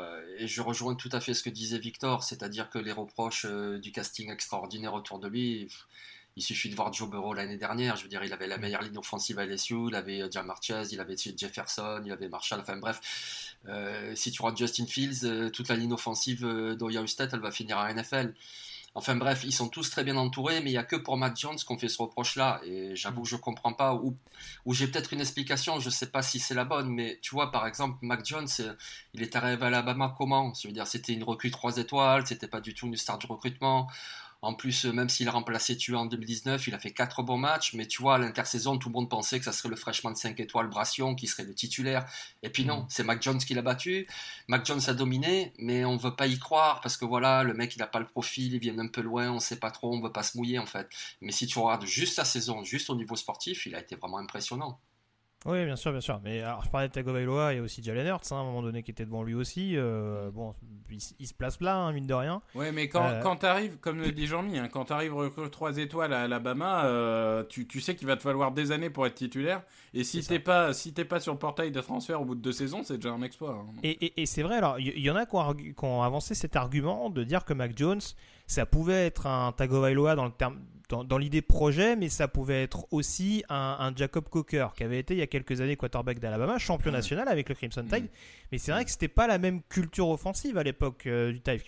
je rejoins tout à fait ce que disait Victor. C'est-à-dire que les reproches du casting extraordinaire autour de lui... Il suffit de voir Joe Burrow l'année dernière. Je veux dire, il avait la meilleure ligne offensive à LSU. Il avait Jamar Chase, il avait Jefferson, il avait Marshall. Enfin bref, si tu regardes Justin Fields, toute la ligne offensive d'Ohio State, elle va finir à NFL. Enfin bref, ils sont tous très bien entourés, mais il n'y a que pour Mac Jones qu'on fait ce reproche-là. Et j'avoue que je ne comprends pas, ou j'ai peut-être une explication, je ne sais pas si c'est la bonne, mais tu vois, par exemple, Mac Jones, il est arrivé à Alabama comment? Je veux dire, c'était une recrue 3 étoiles, c'était pas du tout une star du recrutement. En plus, même s'il a remplacé Tua en 2019, il a fait 4 bons matchs. Mais tu vois, à l'intersaison, tout le monde pensait que ça serait le freshman de 5 étoiles Bration qui serait le titulaire. Et puis non, c'est Mac Jones qui l'a battu. Mac Jones a dominé, mais on ne veut pas y croire parce que voilà, le mec, il n'a pas le profil, il vient un peu loin, on ne sait pas trop, on ne veut pas se mouiller en fait. Mais si tu regardes juste sa saison, juste au niveau sportif, il a été vraiment impressionnant. Oui, bien sûr. Mais alors, je parlais de Tagovailoa, il y a aussi Jalen Hurts, à un moment donné, qui était devant lui aussi. Bon, il se place là, hein, mine de rien. Ouais, mais quand t'arrives, comme le dit Jean-Mi, hein, quand t'arrives recrue 3 étoiles à Alabama, tu sais qu'il va te falloir des années pour être titulaire. Et si t'es pas sur le portail de transfert au bout de 2 saisons, c'est déjà un exploit. Hein. Et c'est vrai, alors, il y en a qui ont avancé cet argument de dire que Mac Jones, ça pouvait être un Tagovailoa dans l'idée projet, mais ça pouvait être aussi un Jacob Coker qui avait été il y a quelques années quarterback d'Alabama, champion national avec le Crimson Tide. Mais c'est vrai que c'était pas la même culture offensive à l'époque du Tide.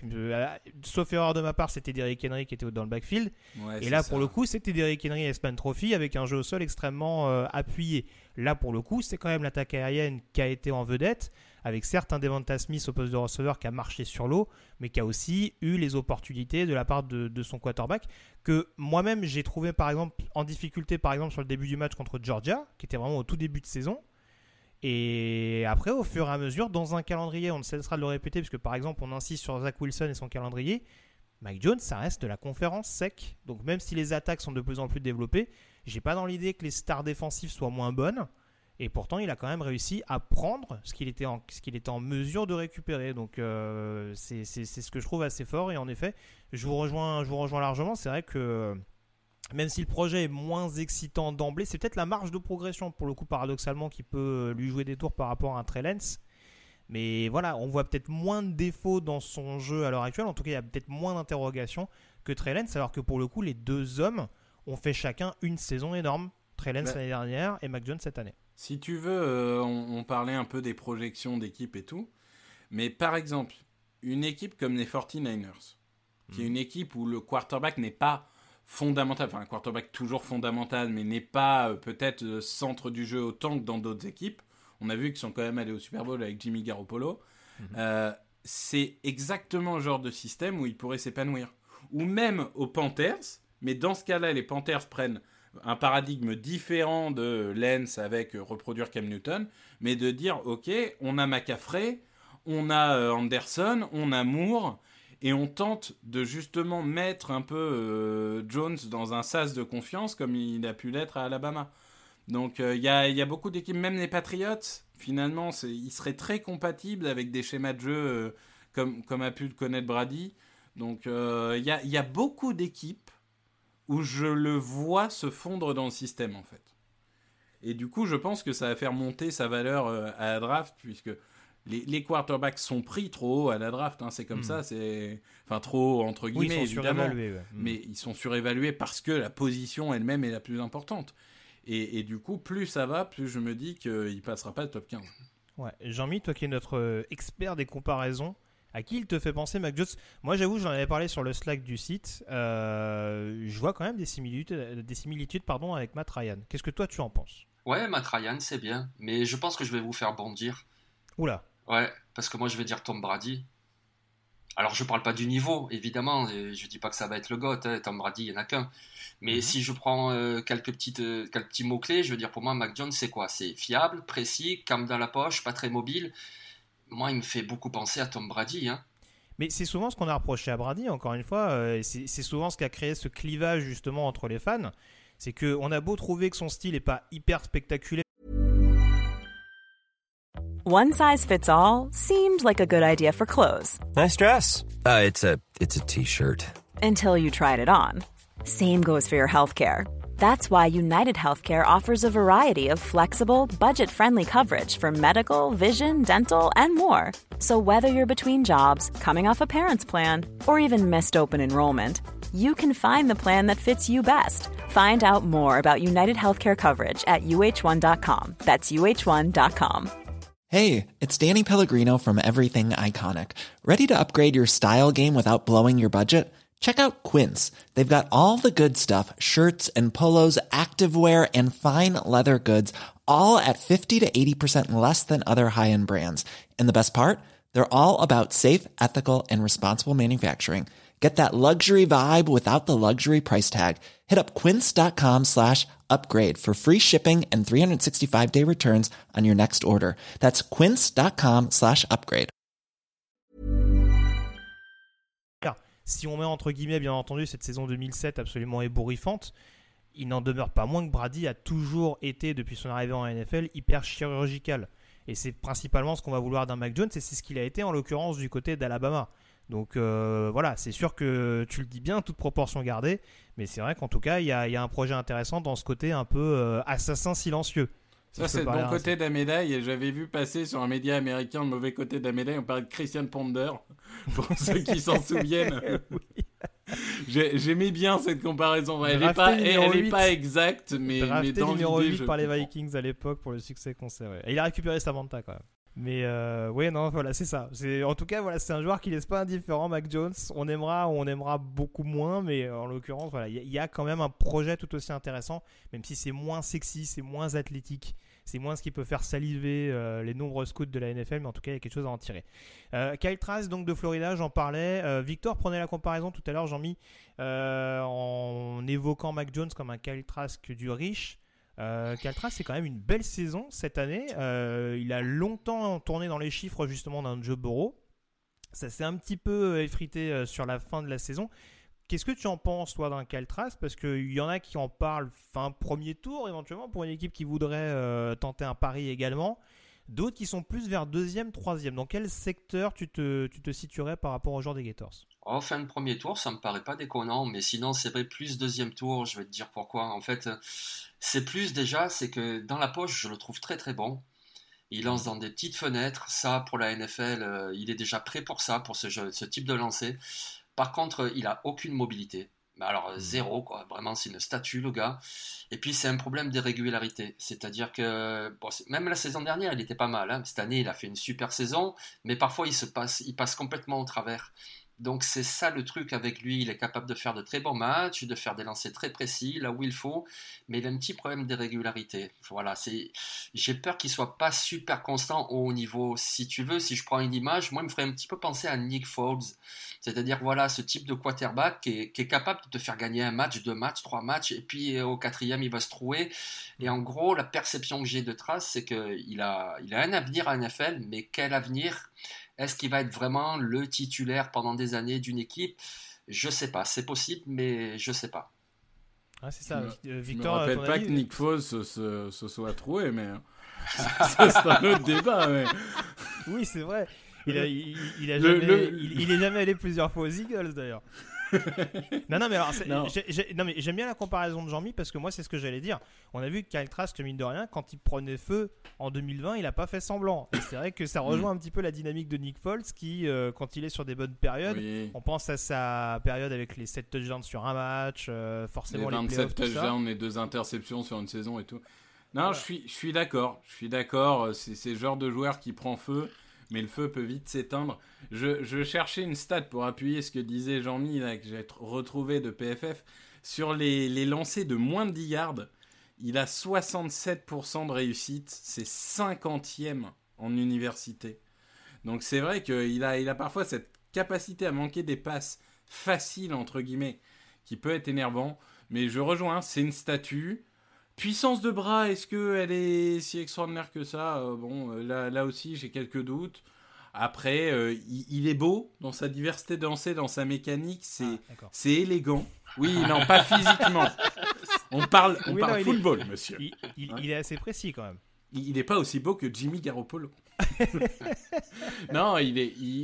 Sauf erreur de ma part, c'était Derrick Henry qui était dans le backfield. Ouais, et là, pour le coup, c'était Derrick Henry Heisman Trophy avec un jeu au sol extrêmement appuyé. Là, pour le coup, c'est quand même l'attaque aérienne qui a été en vedette, avec certes un Devonta Smith au poste de receveur qui a marché sur l'eau, mais qui a aussi eu les opportunités de la part de son quarterback, que moi-même j'ai trouvé par exemple en difficulté par exemple sur le début du match contre Georgia, qui était vraiment au tout début de saison. Et après, au fur et à mesure, dans un calendrier, on ne cessera de le répéter, parce que par exemple on insiste sur Zach Wilson et son calendrier, Mac Jones, ça reste de la conférence sec. Donc même si les attaques sont de plus en plus développées, j'ai pas dans l'idée que les stars défensives soient moins bonnes. Et pourtant, il a quand même réussi à prendre ce qu'il était en mesure de récupérer. Donc, c'est ce que je trouve assez fort. Et en effet, je vous rejoins largement. C'est vrai que même si le projet est moins excitant d'emblée, c'est peut-être la marge de progression, pour le coup, paradoxalement, qui peut lui jouer des tours par rapport à un Trey Lance. Mais voilà, on voit peut-être moins de défauts dans son jeu à l'heure actuelle. En tout cas, il y a peut-être moins d'interrogations que Trey Lance. Alors que pour le coup, les deux hommes ont fait chacun une saison énorme. Trey Lance l'année dernière et Mac Jones cette année. Si tu veux, on parlait un peu des projections d'équipe et tout. Mais par exemple, une équipe comme les 49ers, qui est une équipe où le quarterback n'est pas fondamental, enfin un quarterback toujours fondamental, mais n'est pas peut-être centre du jeu autant que dans d'autres équipes. On a vu qu'ils sont quand même allés au Super Bowl avec Jimmy Garoppolo. C'est exactement le genre de système où il pourrait s'épanouir. Ou même aux Panthers, mais dans ce cas-là, les Panthers prennent un paradigme différent de Lance avec reproduire Cam Newton, mais de dire, ok, on a McCaffrey, on a Anderson, on a Moore, et on tente de justement mettre un peu Jones dans un sas de confiance comme il a pu l'être à Alabama. Donc il y a beaucoup d'équipes, même les Patriots, finalement, ils seraient très compatibles avec des schémas de jeu comme a pu le connaître Brady. Donc il y a beaucoup d'équipes où je le vois se fondre dans le système, en fait. Et du coup, je pense que ça va faire monter sa valeur à la draft, puisque les quarterbacks sont pris trop haut à la draft, hein, c'est comme ça, enfin trop haut, entre guillemets, oui, ils sont évidemment, surévalués, ouais. Mais ils sont surévalués parce que la position elle-même est la plus importante. Et du coup, plus ça va, plus je me dis qu'il ne passera pas le top 15. Ouais. Jean-Mi, toi qui es notre expert des comparaisons, à qui il te fait penser, Mac Jones? Moi, j'avoue, j'en avais parlé sur le Slack du site. Je vois quand même des similitudes avec Matt Ryan. Qu'est-ce que toi, tu en penses? Ouais, Matt Ryan, c'est bien. Mais je pense que je vais vous faire bondir. Oula. Ouais, parce que moi, je vais dire Tom Brady. Alors, je parle pas du niveau, évidemment. Et je dis pas que ça va être le GOAT. Hein. Tom Brady, il n'y en a qu'un. Mais si je prends quelques petits mots-clés, je veux dire, pour moi, Mac Jones, c'est quoi? C'est fiable, précis, calme dans la poche, pas très mobile. Moi, il me fait beaucoup penser à Tom Brady. Hein. Mais c'est souvent ce qu'on a reproché à Brady, encore une fois. Et c'est souvent ce qui a créé ce clivage, justement, entre les fans. C'est qu'on a beau trouver que son style n'est pas hyper spectaculaire. One size fits all seemed like a good idea for clothes. Nice dress. It's a t-shirt. Until you tried it on. Same goes for your healthcare. That's why United Healthcare offers a variety of flexible, budget-friendly coverage for medical, vision, dental, and more. So whether you're between jobs, coming off a parent's plan, or even missed open enrollment, you can find the plan that fits you best. Find out more about United Healthcare coverage at uh1.com. That's uh1.com. Hey, it's Danny Pellegrino from Everything Iconic. Ready to upgrade your style game without blowing your budget? Check out Quince. They've got all the good stuff, shirts and polos, activewear, and fine leather goods, all at 50 to 80% less than other high-end brands. And the best part? They're all about safe, ethical, and responsible manufacturing. Get that luxury vibe without the luxury price tag. Hit up quince.com/upgrade for free shipping and 365-day returns on your next order. That's quince.com/upgrade. Si on met entre guillemets, bien entendu, cette saison 2007 absolument ébouriffante, il n'en demeure pas moins que Brady a toujours été, depuis son arrivée en NFL, hyper chirurgical. Et c'est principalement ce qu'on va vouloir d'un Mac Jones, et c'est ce qu'il a été en l'occurrence du côté d'Alabama. Donc voilà, c'est sûr que tu le dis bien, toute proportion gardée, mais c'est vrai qu'en tout cas, il y a un projet intéressant dans ce côté un peu assassin silencieux. Ça, c'est le bon côté de la médaille, et j'avais vu passer sur un média américain le mauvais côté de la médaille, on parlait de Christian Ponder, pour ceux qui s'en souviennent. Oui. J'aimais bien cette comparaison, elle n'est pas exacte, mais dans l'idée, numéro 8 par les Vikings à l'époque pour le succès conservé. Et il a récupéré Samantha quand même. Mais ouais, non, voilà, c'est ça. En tout cas, voilà, c'est un joueur qui laisse pas indifférent, Mac Jones. On aimera ou on aimera beaucoup moins, mais en l'occurrence, voilà, il y a quand même un projet tout aussi intéressant, même si c'est moins sexy, c'est moins athlétique, c'est moins ce qui peut faire saliver les nombreux scouts de la NFL, mais en tout cas, il y a quelque chose à en tirer. Kyle Trask, donc de Florida, j'en parlais. Victor prenait la comparaison tout à l'heure, Jean-Mi, en évoquant Mac Jones comme un Kyle Trask du riche. Kyle Trask, c'est quand même une belle saison cette année. Il a longtemps tourné dans les chiffres justement d'un Joe Burrow. Ça s'est un petit peu effrité sur la fin de la saison. Qu'est-ce que tu en penses, toi, d'un Kyle Trask? Parce qu'il y en a qui en parlent fin premier tour, éventuellement, pour une équipe qui voudrait tenter un pari également. D'autres qui sont plus vers deuxième, troisième. Dans quel secteur tu te situerais par rapport au genre des Gators? Fin de premier tour, ça me paraît pas déconnant, mais sinon c'est vrai, plus deuxième tour, je vais te dire pourquoi. En fait, c'est plus déjà, c'est que dans la poche, je le trouve très très bon. Il lance dans des petites fenêtres, ça pour la NFL, il est déjà prêt pour ça, pour ce type de lancer. Par contre, il a aucune mobilité. Alors zéro, quoi. Vraiment, c'est une statue, le gars. Et puis, c'est un problème d'irrégularité. C'est-à-dire que, même la saison dernière, il était pas mal. Hein. Cette année, il a fait une super saison, mais parfois, il passe complètement au travers. Donc, c'est ça le truc avec lui. Il est capable de faire de très bons matchs, de faire des lancers très précis, là où il faut, mais il a un petit problème d'irrégularité. Voilà, j'ai peur qu'il soit pas super constant au haut niveau. Si tu veux, si je prends une image, moi, il me ferait un petit peu penser à Nick Foles. C'est-à-dire, voilà, ce type de quarterback qui est capable de te faire gagner un match, 2 matchs, 3 matchs, et puis au 4e, il va se trouver. Et en gros, la perception que j'ai de Trask, c'est qu'il a un avenir à NFL, mais quel avenir ? Est-ce qu'il va être vraiment le titulaire pendant des années d'une équipe ? Je sais pas. C'est possible, mais je sais pas. Ah, c'est ça. Victor, je me rappelle pas que Nick Foles se soit troué, mais ça c'est un autre débat. Mais... Oui, c'est vrai. Il est jamais allé plusieurs fois aux Eagles d'ailleurs. non mais j'aime bien la comparaison de Jean-Mi parce que moi c'est ce que j'allais dire. On a vu que Kyle Trask, mine de rien, quand il prenait feu en 2020, il a pas fait semblant. Et c'est vrai que ça rejoint un petit peu la dynamique de Nick Foles qui, quand il est sur des bonnes périodes, on pense à sa période avec les 7 touchdowns sur un match, forcément les 27 touchdowns et 2 interceptions sur une saison et tout. Non, voilà. Je suis d'accord. C'est le genre de joueur qui prend feu. Mais le feu peut vite s'éteindre. Je cherchais une stat pour appuyer ce que disait Jean-Mi, là, que j'ai retrouvé de PFF. Sur les lancers de moins de 10 yards, Il a 67% de réussite. C'est 50e en université. Donc c'est vrai qu'il a parfois cette capacité à manquer des passes faciles, entre guillemets, qui peut être énervant. Mais je rejoins, c'est une statue. Puissance de bras, est-ce qu'elle est si extraordinaire que ça ? Là aussi, j'ai quelques doutes. Après, il est beau dans sa diversité de lancer, dans sa mécanique, c'est élégant. Oui, non, pas physiquement. On parle football, monsieur. Il est assez précis quand même. Il n'est pas aussi beau que Jimmy Garoppolo. Non, il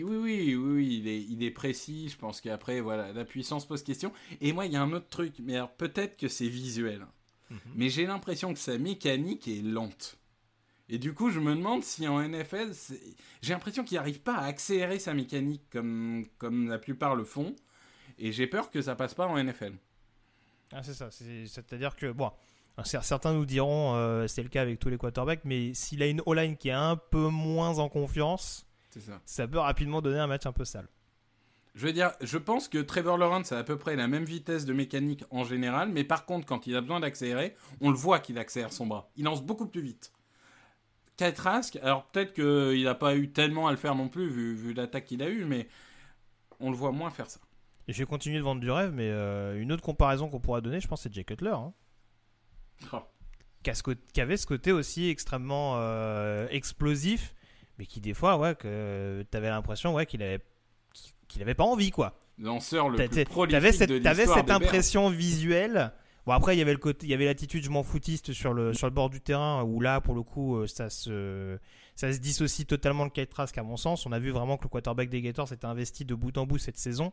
est précis. Je pense qu'après, voilà, la puissance pose question. Et moi, il y a un autre truc. Mais alors, peut-être que c'est visuel. Mais j'ai l'impression que sa mécanique est lente. Et du coup, je me demande si en NFL, j'ai l'impression qu'il n'arrive pas à accélérer sa mécanique comme la plupart le font. Et j'ai peur que ça passe pas en NFL. Ah, c'est ça. C'est-à-dire que, bon, certains nous diront c'est le cas avec tous les quarterbacks, mais s'il a une O-line qui est un peu moins en confiance, ça peut rapidement donner un match un peu sale. Je veux dire, je pense que Trevor Lawrence a à peu près la même vitesse de mécanique en général, mais par contre, quand il a besoin d'accélérer, on le voit qu'il accélère son bras. Il lance beaucoup plus vite. Kyle Trask, alors peut-être qu'il n'a pas eu tellement à le faire non plus, vu l'attaque qu'il a eue, mais on le voit moins faire ça. Et je vais continuer de vendre du rêve, mais une autre comparaison qu'on pourra donner, je pense, c'est Jay Cutler. Hein. Oh. Qui avait ce côté aussi extrêmement explosif, mais qui des fois, que t'avais l'impression qu'il avait pas envie, quoi. Lanceur le plus prolifique de l'histoire. T'avais cette des impression visuelle. Bon, après, il y avait l'attitude je m'en foutiste sur le bord du terrain, où là, pour le coup, ça se dissocie totalement de Kyle Trask, à mon sens. On a vu vraiment que le quarterback des Gators s'était investi de bout en bout cette saison.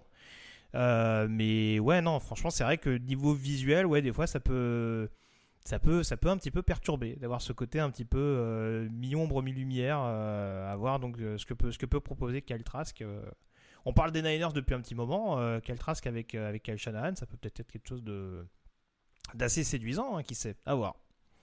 Mais ouais, non, franchement, c'est vrai que niveau visuel, ouais, des fois, ça peut un petit peu perturber, d'avoir ce côté un petit peu mi-ombre, mi-lumière, à voir donc ce que peut proposer Kyle Trask. On parle des Niners depuis un petit moment. Kyle Trask avec Kyle Shanahan, ça peut peut-être être quelque chose d'assez séduisant, hein, qui sait, à voir.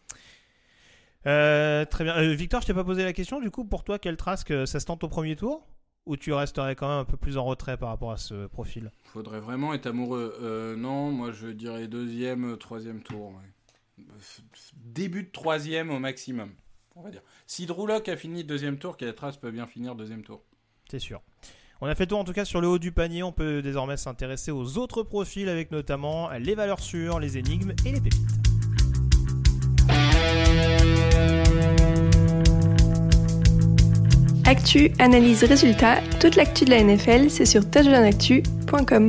Très bien. Victor, je t'ai pas posé la question, du coup, pour toi, Kyle Trask, ça se tente au premier tour ? Ou tu resterais quand même un peu plus en retrait par rapport à ce profil ? Faudrait vraiment être amoureux. Non, moi je dirais 2e, 3e tour. Ouais. Début de 3e au maximum, on va dire. Si Drew Lock a fini 2e tour, Kyle Trask peut bien finir 2e tour. C'est sûr. On a fait le tour en tout cas sur le haut du panier. On peut désormais s'intéresser aux autres profils avec notamment les valeurs sûres, les énigmes et les pépites. Actu, analyse, résultat, toute l'actu de la NFL, c'est sur touchdownactu.com.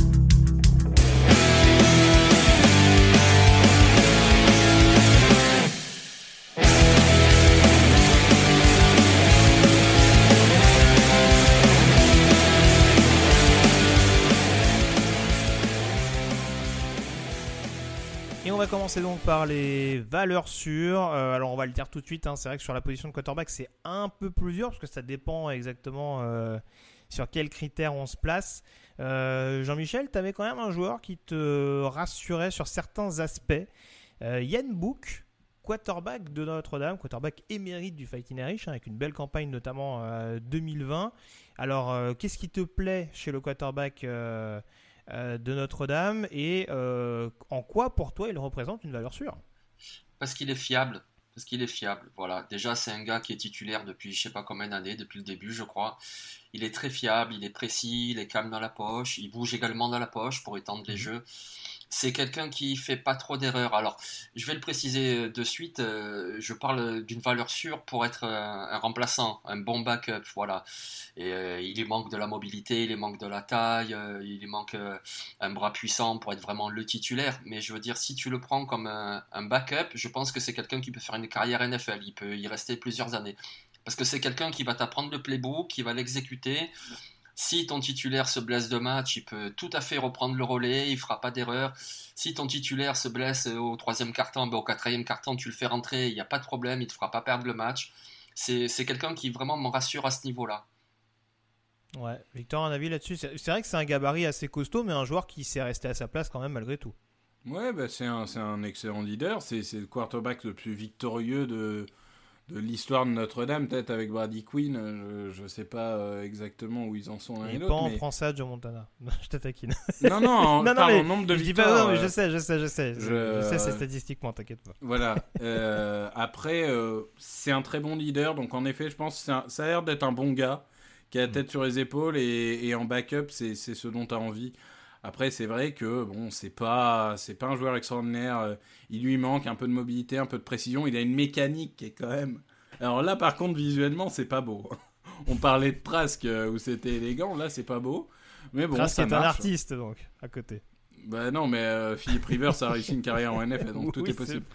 On va commencer donc par les valeurs sûres. Alors on va le dire tout de suite, hein, c'est vrai que sur la position de quarterback c'est un peu plus dur parce que ça dépend exactement sur quels critères on se place. Jean-Michel, tu avais quand même un joueur qui te rassurait sur certains aspects. Ian Book, quarterback de Notre-Dame, quarterback émérite du Fighting Irish, avec une belle campagne notamment 2020. Alors qu'est-ce qui te plaît chez le quarterback de Notre-Dame et en quoi pour toi il représente une valeur sûre? Parce qu'il est fiable. Voilà. Déjà, c'est un gars qui est titulaire depuis je sais pas combien d'années, depuis le début, je crois. Il est très fiable, il est précis, il est calme dans la poche, il bouge également dans la poche pour étendre les jeux. C'est quelqu'un qui fait pas trop d'erreurs. Alors, je vais le préciser de suite, je parle d'une valeur sûre pour être un remplaçant, un bon backup, voilà. Et il lui manque de la mobilité, il lui manque de la taille, il lui manque un bras puissant pour être vraiment le titulaire. Mais je veux dire, si tu le prends comme un backup, je pense que c'est quelqu'un qui peut faire une carrière NFL, il peut y rester plusieurs années. Parce que c'est quelqu'un qui va t'apprendre le playbook, qui va l'exécuter. Si ton titulaire se blesse de match, il peut tout à fait reprendre le relais, il ne fera pas d'erreur. Si ton titulaire se blesse au 3e quart-temps, au 4e quart-temps, tu le fais rentrer, il n'y a pas de problème, il ne te fera pas perdre le match. C'est quelqu'un qui vraiment me rassure à ce niveau-là. Ouais, Victor, un avis là-dessus? C'est vrai que c'est un gabarit assez costaud, mais un joueur qui s'est resté à sa place quand même malgré tout. Ouais, bah c'est un excellent leader, c'est le quarterback le plus victorieux l'histoire de Notre-Dame, peut-être avec Brady Quinn. Je sais pas exactement où ils en sont l'un et l'autre. Pas en français, Joe Montana. Je te taquine. Non, non, parle mais en nombre de je victoires. Dis pas, non, mais je sais. Je sais, c'est statistiquement, t'inquiète pas. Voilà. Après, c'est un très bon leader. Donc, en effet, je pense que ça a l'air d'être un bon gars qui a la tête sur les épaules. Et en backup, c'est ce dont tu as envie. Après, c'est vrai que bon, c'est pas un joueur extraordinaire. Il lui manque un peu de mobilité, un peu de précision. Il a une mécanique qui est quand même... Alors là, par contre, visuellement, c'est pas beau. On parlait de Trask où c'était élégant. Là, c'est pas beau. Mais bon, Trask ça est marche. un artiste, donc, à côté. Bah non, mais Philippe Rivers a réussi une carrière en NFL, donc tout est possible.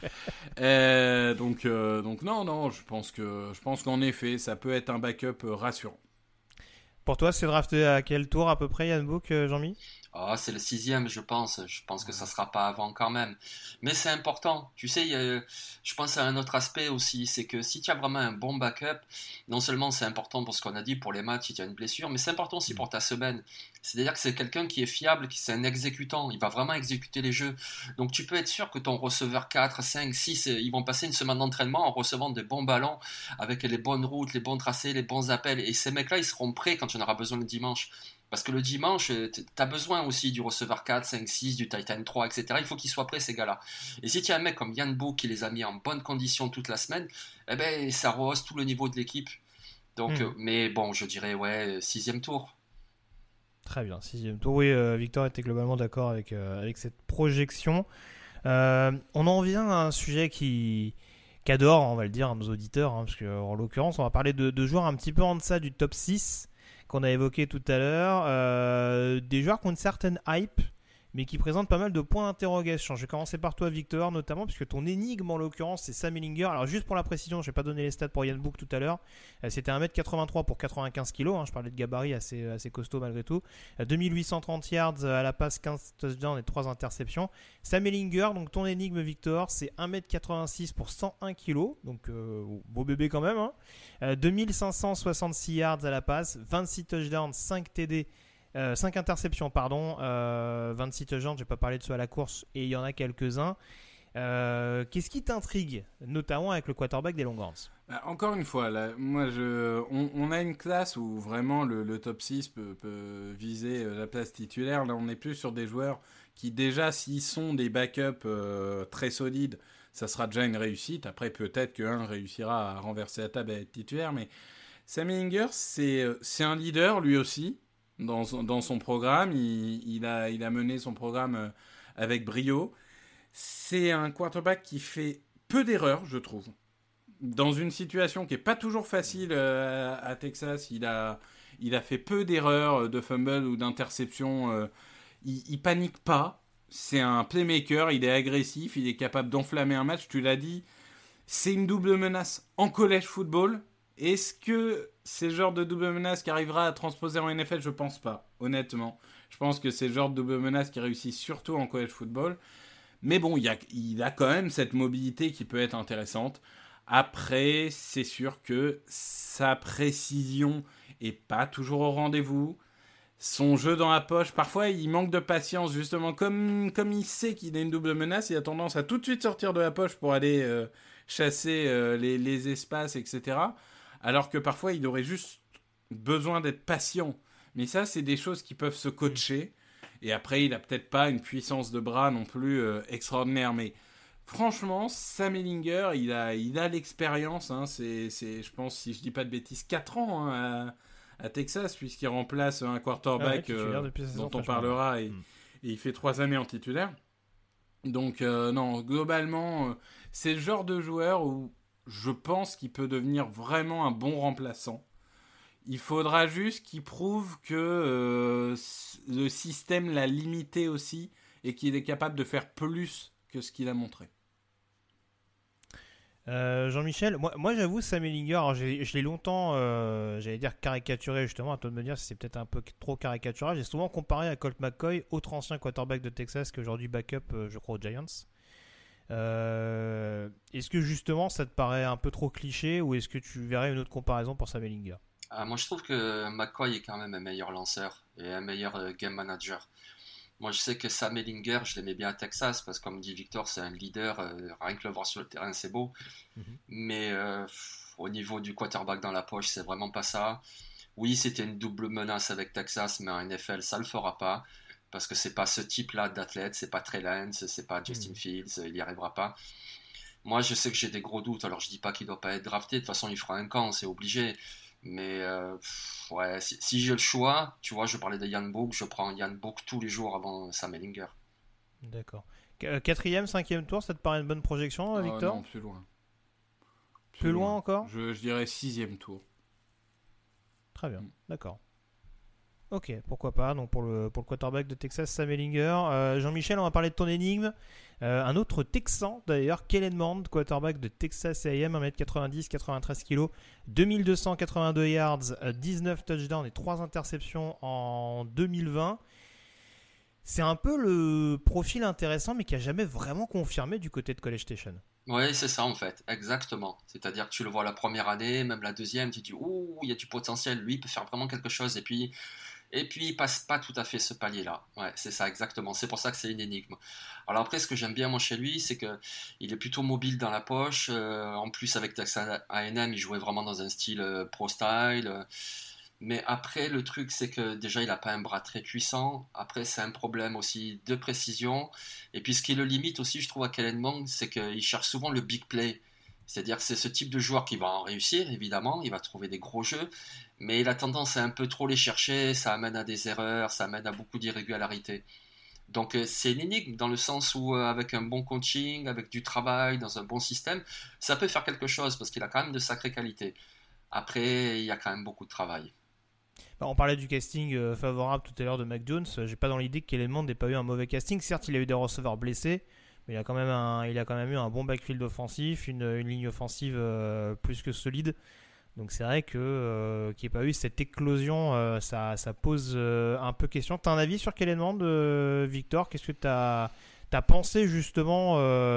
Donc non, je pense qu'en effet, ça peut être un backup rassurant. Pour toi, c'est drafté à quel tour à peu près, Yann Book, Jean-Mi ? C'est le 6e, je pense. Je pense que ça sera pas avant quand même. Mais c'est important. Tu sais, je pense à un autre aspect aussi. C'est que si tu as vraiment un bon backup, non seulement c'est important pour ce qu'on a dit, pour les matchs, si tu as une blessure, mais c'est important aussi pour ta semaine. C'est-à-dire que c'est quelqu'un qui est fiable, c'est un exécutant. Il va vraiment exécuter les jeux. Donc tu peux être sûr que ton receveur 4, 5, 6, ils vont passer une semaine d'entraînement en recevant des bons ballons, avec les bonnes routes, les bons tracés, les bons appels. Et ces mecs-là, ils seront prêts quand tu en auras besoin le dimanche. Parce que le dimanche, tu as besoin aussi du receveur 4, 5, 6, du Titan 3, etc. Il faut qu'ils soient prêts, ces gars-là. Et si tu as un mec comme Yann Book qui les a mis en bonne condition toute la semaine, eh ben, ça rehausse tout le niveau de l'équipe. Donc, mais bon, je dirais, 6e tour. Très bien, 6e tour. Oui, Victor était globalement d'accord avec cette projection. On en vient à un sujet qu'adore, on va le dire, à nos auditeurs, parce qu'en l'occurrence, on va parler de joueurs un petit peu en deçà du top 6 qu'on a évoqué tout à l'heure, des joueurs qui ont une certaine hype, mais qui présentent pas mal de points d'interrogation. Je vais commencer par toi, Victor, notamment, puisque ton énigme, en l'occurrence, c'est Sam Ehlinger. Alors, juste pour la précision, je n'ai pas donné les stats pour Yann Book tout à l'heure. C'était 1m83 pour 95 kg. Je parlais de gabarit assez costaud malgré tout. 2830 yards à la passe, 15 touchdowns et 3 interceptions. Sam Ehlinger, donc ton énigme, Victor, c'est 1m86 pour 101 kg. Donc, beau bébé quand même. 2566 yards à la passe, 26 touchdowns, 5 TD. 5 interceptions, 26 touchdowns, je n'ai pas parlé de ceux à la course, et il y en a quelques-uns. Qu'est-ce qui t'intrigue, notamment avec le quarterback des Longhorns ? Encore une fois, là, on a une classe où vraiment le top 6 peut viser la place titulaire. Là, on est plus sur des joueurs qui, déjà, s'ils sont des backups très solides, ça sera déjà une réussite. Après, peut-être qu'un réussira à renverser la table et à être titulaire. Mais Sam Ehlinger, c'est un leader, lui aussi. Dans son programme, il a mené son programme avec brio. C'est un quarterback qui fait peu d'erreurs, je trouve. Dans une situation qui n'est pas toujours facile à Texas, il a fait peu d'erreurs, de fumble ou d'interceptions. Il panique pas. C'est un playmaker, il est agressif, il est capable d'enflammer un match. Tu l'as dit, c'est une double menace en college football. Est-ce que c'est le genre de double menace qui arrivera à transposer en NFL ? Je pense pas, honnêtement. Je pense que c'est le genre de double menace qui réussit surtout en college football. Mais bon, il a quand même cette mobilité qui peut être intéressante. Après, c'est sûr que sa précision est pas toujours au rendez-vous. Son jeu dans la poche, parfois il manque de patience, justement. Comme il sait qu'il a une double menace, il a tendance à tout de suite sortir de la poche pour aller chasser les espaces, etc. Alors que parfois, il aurait juste besoin d'être patient. Mais ça, c'est des choses qui peuvent se coacher. Et après, il n'a peut-être pas une puissance de bras non plus extraordinaire. Mais franchement, Sam Ehlinger, il a l'expérience. C'est, je pense, si je ne dis pas de bêtises, 4 ans à Texas, puisqu'il remplace un quarterback dont on parlera. Et il fait 3 années en titulaire. Donc, non, globalement, c'est le genre de joueur où je pense qu'il peut devenir vraiment un bon remplaçant. Il faudra juste qu'il prouve que le système l'a limité aussi et qu'il est capable de faire plus que ce qu'il a montré. Jean-Michel, moi j'avoue Sam Ehlinger, alors je l'ai longtemps, j'allais dire caricaturé justement, à toi de me dire si c'est peut-être un peu trop caricatural. J'ai souvent comparé à Colt McCoy, autre ancien quarterback de Texas qui est aujourd'hui backup, je crois, aux Giants. Est-ce que justement ça te paraît un peu trop cliché ou est-ce que tu verrais une autre comparaison pour Sam Ehlinger ? Moi je trouve que McCoy est quand même un meilleur lanceur et un meilleur game manager. Moi, je sais que Sam Ehlinger, je l'aimais bien à Texas, parce que comme dit Victor, c'est un leader, rien que le voir sur le terrain, c'est beau. Mais au niveau du quarterback dans la poche, c'est vraiment pas ça. Oui, c'était une double menace avec Texas, mais en NFL, ça le fera pas, parce que c'est pas ce type-là d'athlète, c'est pas Trey Lance, c'est pas Justin Fields, il y arrivera pas. Moi, je sais que j'ai des gros doutes, alors je dis pas qu'il doit pas être drafté, de toute façon, il fera un camp, c'est obligé. Mais ouais, si j'ai le choix, tu vois, je parlais de Ian Book, je prends Ian Book tous les jours avant Sam Ehlinger. D'accord. 4e, 5e tour, ça te paraît une bonne projection, Victor? Non, plus loin. Plus loin encore? Je dirais 6e tour. Très bien, d'accord. Ok, pourquoi pas. Donc pour le quarterback de Texas, Sam Ehlinger. Jean-Michel, on va parler de ton énigme. Un autre Texan d'ailleurs, Kellen Mond, quarterback de Texas A&M, 1m90, 93 kg, 2282 yards, 19 touchdowns et 3 interceptions en 2020. C'est un peu le profil intéressant, mais qui n'a jamais vraiment confirmé du côté de College Station. Oui, c'est ça en fait, exactement. C'est-à-dire que tu le vois la première année, même la deuxième, tu te dis « Ouh, il y a du potentiel, lui, il peut faire vraiment quelque chose. » Et puis il passe pas tout à fait ce palier-là. Ouais, c'est ça exactement. C'est pour ça que c'est une énigme. Alors après, ce que j'aime bien moi chez lui, c'est que il est plutôt mobile dans la poche. En plus, avec Texas A&M, il jouait vraiment dans un style pro-style. Mais après, le truc, c'est que déjà, il n'a pas un bras très puissant. Après, c'est un problème aussi de précision. Et puis, ce qui le limite aussi, je trouve, à Kellen Mond, c'est qu'il cherche souvent le big play. C'est-à-dire que c'est ce type de joueur qui va en réussir, évidemment. Il va trouver des gros jeux. Mais il a tendance à un peu trop les chercher. Ça amène à des erreurs, ça amène à beaucoup d'irrégularités. Donc, c'est une énigme dans le sens où, avec un bon coaching, avec du travail, dans un bon système, ça peut faire quelque chose parce qu'il a quand même de sacrées qualités. Après, il y a quand même beaucoup de travail. On parlait du casting favorable tout à l'heure de Mac Jones. J'ai pas dans l'idée que Kellen Mond n'ait pas eu un mauvais casting. Certes, il a eu des receveurs blessés, mais il a quand même eu un bon backfield offensif, une ligne offensive plus que solide. Donc c'est vrai que qu'il n'y ait pas eu cette éclosion, ça pose un peu question. Tu as un avis sur Kellen Mond, Victor? Qu'est-ce que tu as pensé justement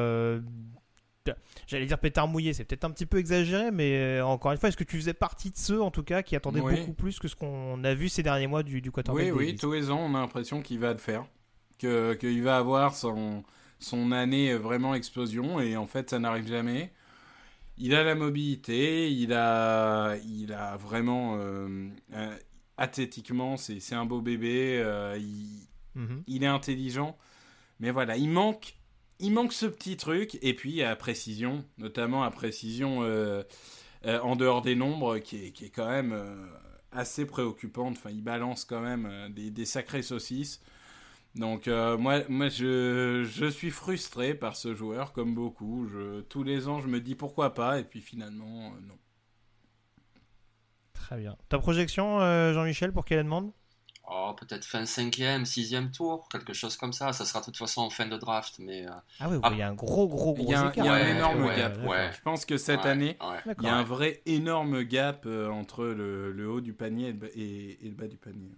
j'allais dire pétard mouillé, c'est peut-être un petit peu exagéré, mais encore une fois, est-ce que tu faisais partie de ceux, en tout cas, qui attendaient beaucoup plus que ce qu'on a vu ces derniers mois du quarterback? Oui, tous les ans, on a l'impression qu'il va le faire, qu'il va avoir son année vraiment explosion, et en fait, ça n'arrive jamais. Il a la mobilité, il a vraiment athlétiquement, c'est un beau bébé, il est intelligent, mais voilà, il manque ce petit truc, et puis à précision, notamment à précision en dehors des nombres, qui est quand même assez préoccupante. Enfin, il balance quand même des sacrées saucisses. Donc moi je suis frustré par ce joueur, comme beaucoup. Tous les ans, je me dis pourquoi pas, et puis finalement, non. Très bien. Ta projection, Jean-Michel, pour Kellen Mond? Peut-être fin 5e, 6e tour, quelque chose comme ça. Ça sera de toute façon en fin de draft. Mais, Ah oui, il y a un gros écart. Il y a un énorme gap. Ouais. Je pense que cette année, il y a un vrai énorme gap entre le haut du panier et le bas du panier.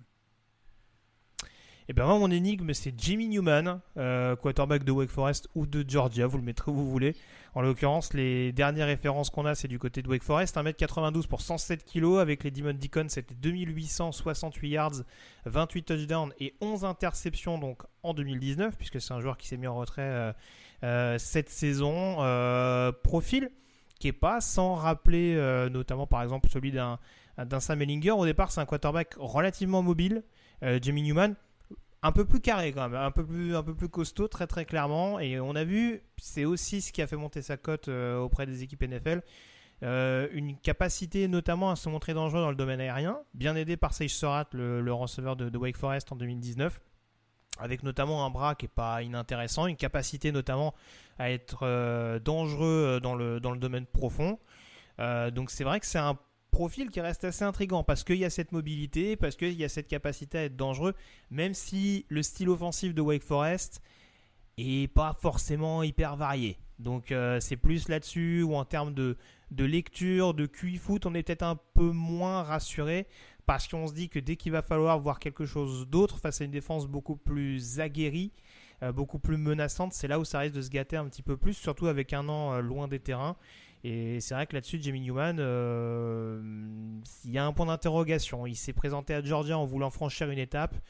Et bien moi, mon énigme, c'est Jimmy Newman, quarterback de Wake Forest ou de Georgia, vous le mettrez où vous voulez. En l'occurrence, les dernières références qu'on a, c'est du côté de Wake Forest, 1m92 pour 107 kg, avec les Demon Deacons, c'était 2868 yards, 28 touchdowns et 11 interceptions donc en 2019, puisque c'est un joueur qui s'est mis en retrait cette saison. Profil qui n'est pas sans rappeler notamment par exemple celui d'un Sam Ehlinger. Au départ, c'est un quarterback relativement mobile, Jimmy Newman. Un peu plus carré quand même, un peu plus costaud, très très clairement. Et on a vu, c'est aussi ce qui a fait monter sa cote auprès des équipes NFL. Une capacité notamment à se montrer dangereux dans le domaine aérien, bien aidé par Sage Surratt, le receveur de Wake Forest en 2019, avec notamment un bras qui n'est pas inintéressant, une capacité notamment à être dangereux dans le domaine profond. Donc c'est vrai que c'est un profil qui reste assez intriguant parce qu'il y a cette mobilité, parce qu'il y a cette capacité à être dangereux, même si le style offensif de Wake Forest est pas forcément hyper varié. Donc c'est plus là-dessus ou en termes de lecture, de QI foot, on est peut-être un peu moins rassuré parce qu'on se dit que dès qu'il va falloir voir quelque chose d'autre face à une défense beaucoup plus aguerrie, beaucoup plus menaçante, c'est là où ça risque de se gâter un petit peu plus, surtout avec un an loin des terrains. Et c'est vrai que là-dessus, Jimmy Newman, il y a un point d'interrogation. Il s'est présenté à Georgia en voulant franchir une étape.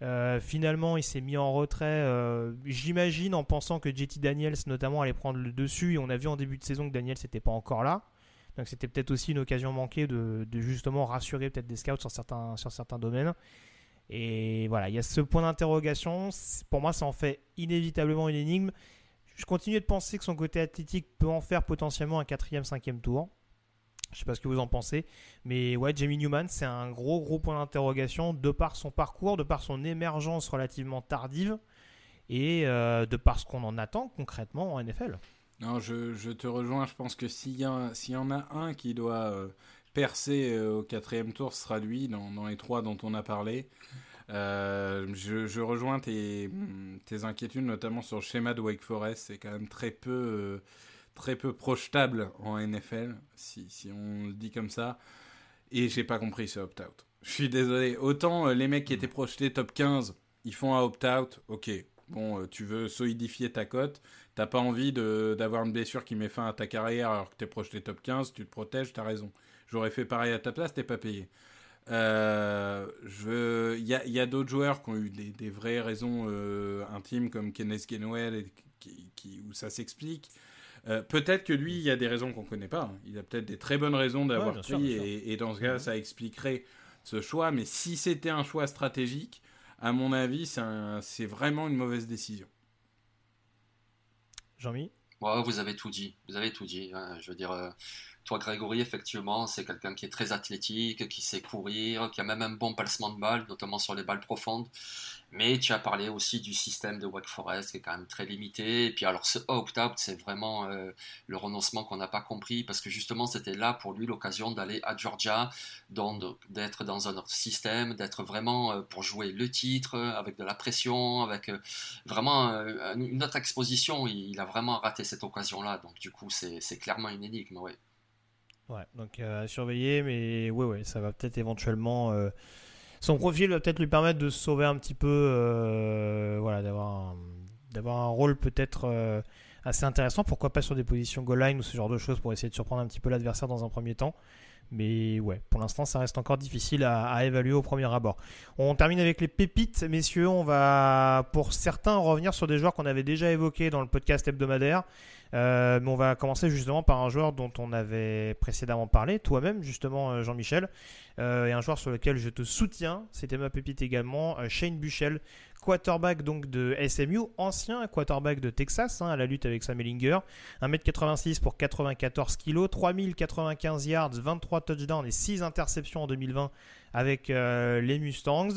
Finalement, il s'est mis en retrait, j'imagine, en pensant que JT Daniels notamment allait prendre le dessus. Et on a vu en début de saison que Daniels n'était pas encore là. Donc c'était peut-être aussi une occasion manquée de justement rassurer peut-être des scouts sur certains domaines. Et voilà, il y a ce point d'interrogation. Pour moi, ça en fait inévitablement une énigme. Je continue de penser que son côté athlétique peut en faire potentiellement un 4e, 5e tour. Je ne sais pas ce que vous en pensez. Mais ouais, Jamie Newman, c'est un gros point d'interrogation de par son parcours, de par son émergence relativement tardive et de par ce qu'on en attend concrètement en NFL. Non, je te rejoins. Je pense que s'il y en a un qui doit percer au 4e tour, ce sera lui dans les 3 dont on a parlé. Je rejoins tes inquiétudes, notamment sur le schéma de Wake Forest. C'est quand même très peu projetable en NFL, si on le dit comme ça. Et j'ai pas compris ce opt-out. Je suis désolé. Autant les mecs qui étaient projetés top 15, ils font un opt-out. Ok, bon, tu veux solidifier ta cote. T'as pas envie d'avoir une blessure qui met fin à ta carrière alors que t'es projeté top 15, tu te protèges, t'as raison. J'aurais fait pareil à ta place, t'es pas payé. Il y a d'autres joueurs qui ont eu des vraies raisons intimes comme Kenneth Gainwell où ça s'explique. Peut-être que lui, il y a des raisons qu'on connaît pas. Il a peut-être des très bonnes raisons d'avoir pris et dans ce cas, ça expliquerait ce choix. Mais si c'était un choix stratégique, à mon avis, c'est vraiment une mauvaise décision. Jean-Mi ? Ouais, vous avez tout dit. Hein. Je veux dire, toi, Grégory, effectivement, c'est quelqu'un qui est très athlétique, qui sait courir, qui a même un bon placement de balles, notamment sur les balles profondes. Mais tu as parlé aussi du système de Wake Forest qui est quand même très limité. Et puis alors ce opt-out, c'est vraiment le renoncement qu'on n'a pas compris parce que justement c'était là pour lui l'occasion d'aller à Georgia, d'être dans un autre système, d'être vraiment pour jouer le titre avec de la pression, avec vraiment une autre exposition. Il a vraiment raté cette occasion-là. Donc du coup c'est clairement une énigme. Ouais. Ouais, donc à surveiller, mais ouais, ça va peut-être éventuellement... Son profil va peut-être lui permettre de se sauver un petit peu, d'avoir un rôle peut-être assez intéressant. Pourquoi pas sur des positions goal line ou ce genre de choses pour essayer de surprendre un petit peu l'adversaire dans un premier temps. Mais ouais, pour l'instant, ça reste encore difficile à évaluer au premier abord. On termine avec les pépites, messieurs. On va, pour certains, revenir sur des joueurs qu'on avait déjà évoqués dans le podcast hebdomadaire. Mais on va commencer justement par un joueur dont on avait précédemment parlé, toi-même justement Jean-Michel, et un joueur sur lequel je te soutiens, c'était ma pépite également, Shane Buechele, quarterback donc de SMU, ancien quarterback de Texas, à la lutte avec Sam Ehlinger, 1m86 pour 94 kg, 3095 yards, 23 touchdowns et 6 interceptions en 2020 avec les Mustangs.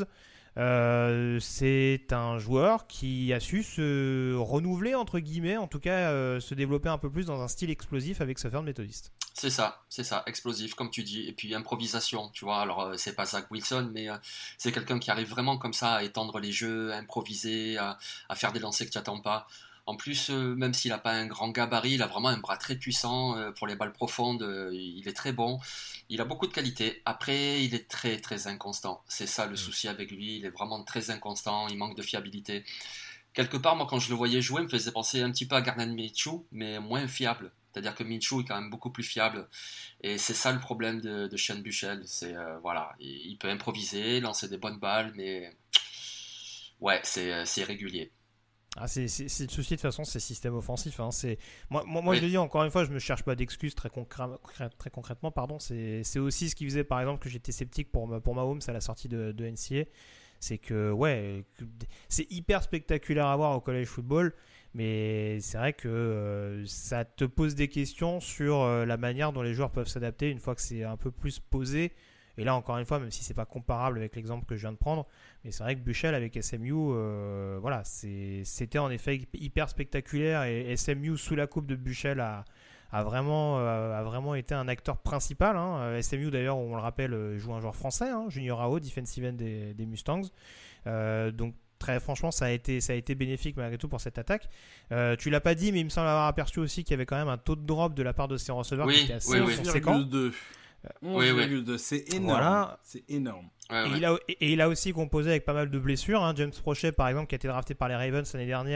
C'est un joueur qui a su se renouveler entre guillemets, en tout cas se développer un peu plus dans un style explosif avec Southern Methodist. C'est ça, explosif comme tu dis, et puis improvisation, tu vois, alors c'est pas Zach Wilson, mais c'est quelqu'un qui arrive vraiment comme ça à étendre les jeux, à improviser, à faire des lancers que tu n'attends pas. En plus, même s'il n'a pas un grand gabarit, il a vraiment un bras très puissant pour les balles profondes, il est très bon, il a beaucoup de qualité. Après, il est très très inconstant, c'est ça le souci avec lui, il est vraiment très inconstant, il manque de fiabilité. Quelque part, moi quand je le voyais jouer, il me faisait penser un petit peu à Gardner Minshew, mais moins fiable. C'est-à-dire que Minshew est quand même beaucoup plus fiable. Et c'est ça le problème de Shane Buechele. C'est, il peut improviser, lancer des bonnes balles, mais ouais, c'est irrégulier. C'est le souci de toute façon, c'est système offensif. Moi oui. Je le dis encore une fois, je ne me cherche pas d'excuses très concrètement. C'est aussi ce qui faisait par exemple que j'étais sceptique pour Mahomes à la sortie de NCAA. C'est que c'est hyper spectaculaire à voir au college football. Mais c'est vrai que ça te pose des questions sur la manière dont les joueurs peuvent s'adapter une fois que c'est un peu plus posé. Et là, encore une fois, même si c'est pas comparable avec l'exemple que je viens de prendre, mais c'est vrai que Buechele avec SMU, c'était en effet hyper spectaculaire. Et SMU sous la coupe de Buechele a vraiment été un acteur principal. SMU d'ailleurs, on le rappelle, joue un joueur français, Junior Ao, defensive end des Mustangs. Donc très franchement, ça a été bénéfique malgré tout pour cette attaque. Tu l'as pas dit, mais il me semble avoir aperçu aussi qu'il y avait quand même un taux de drop de la part de ses receveurs qui était assez conséquent. 11,2, c'est énorme. Voilà. C'est énorme. Et il a aussi composé avec pas mal de blessures. James Prochet, par exemple, qui a été drafté par les Ravens l'année dernière,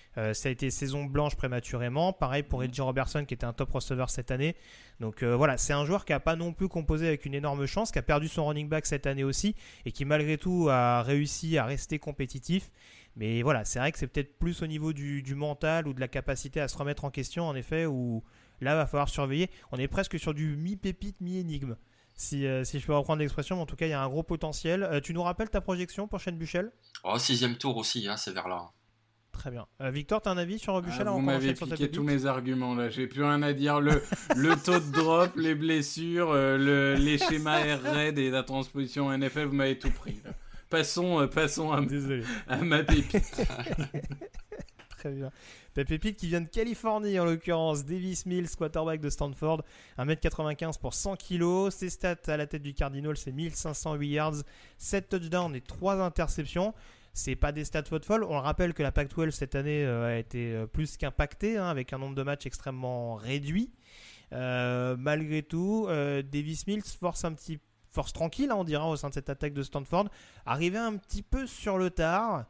Ça a été saison blanche prématurément. Pareil pour Reggie Robertson qui était un top receiver cette année. Donc voilà, c'est un joueur qui n'a pas non plus composé avec une énorme chance, qui a perdu son running back cette année aussi et qui malgré tout a réussi à rester compétitif. Mais voilà, c'est vrai que c'est peut-être plus au niveau du mental ou de la capacité à se remettre en question en effet, où là il va falloir surveiller. On est presque sur du mi-pépite, mi-énigme. Si je peux reprendre l'expression, mais en tout cas il y a un gros potentiel. Tu nous rappelles ta projection pour Shane Buechele ? 6e tour aussi, c'est vers là. Très bien. Victor, tu as un avis sur Buechele ? Vous m'avez piqué tous mes arguments là, j'ai plus rien à dire. Le taux de drop, les blessures, les schémas air raid et la transposition NFL, vous m'avez tout pris là. Passons à ma pépite. Très bien. La pépite qui vient de Californie en l'occurrence, Davis Mills, quarterback de Stanford, 1m95 pour 100 kg. Ses stats à la tête du Cardinal, c'est 1508 yards, 7 touchdowns et 3 interceptions. C'est pas des stats folles. On le rappelle que la Pac-12 cette année a été plus qu'impactée, avec un nombre de matchs extrêmement réduit. Malgré tout, Davis Mills force tranquille, on dira, au sein de cette attaque de Stanford, arrivé un petit peu sur le tard.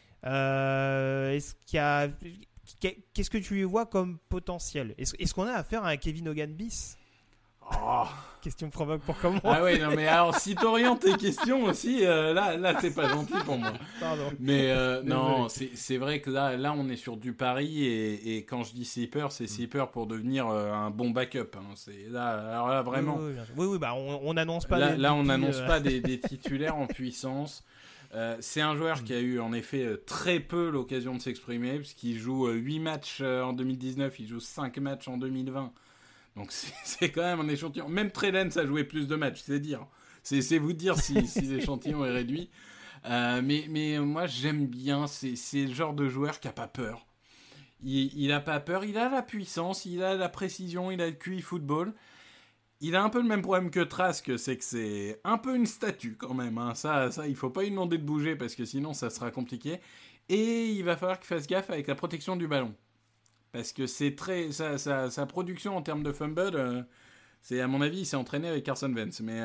Qu'est-ce que tu lui vois comme potentiel ? Est-ce qu'on a affaire à un Kevin Hogan bis ? Question provoque pour commencer. Ah ouais, non mais alors si t'orientes tes questions aussi, là c'est pas gentil pour moi. Pardon. Mais non, c'est vrai que là on est sur du pari et quand je dis sleeper, c'est sleeper pour devenir un bon backup. C'est alors là vraiment. Oui, bah on n'annonce pas. Là on n'annonce pas des titulaires en puissance. C'est un joueur qui a eu en effet très peu l'occasion de s'exprimer puisqu'il joue 8 matchs en 2019, il joue 5 matchs en 2020. Donc c'est quand même un échantillon. Même Trey Lance a joué plus de matchs, c'est dire. C'est vous dire si l'échantillon est réduit. Mais moi j'aime bien, c'est le genre de joueur qui a pas peur. Il a pas peur, il a la puissance, il a la précision, il a le QI football. Il a un peu le même problème que Trask, c'est que c'est un peu une statue quand même. Ça, il faut pas lui demander de bouger parce que sinon ça sera compliqué. Et il va falloir qu'il fasse gaffe avec la protection du ballon. Parce que c'est très sa production en termes de fumble, c'est à mon avis, il s'est entraîné avec Carson Wentz, mais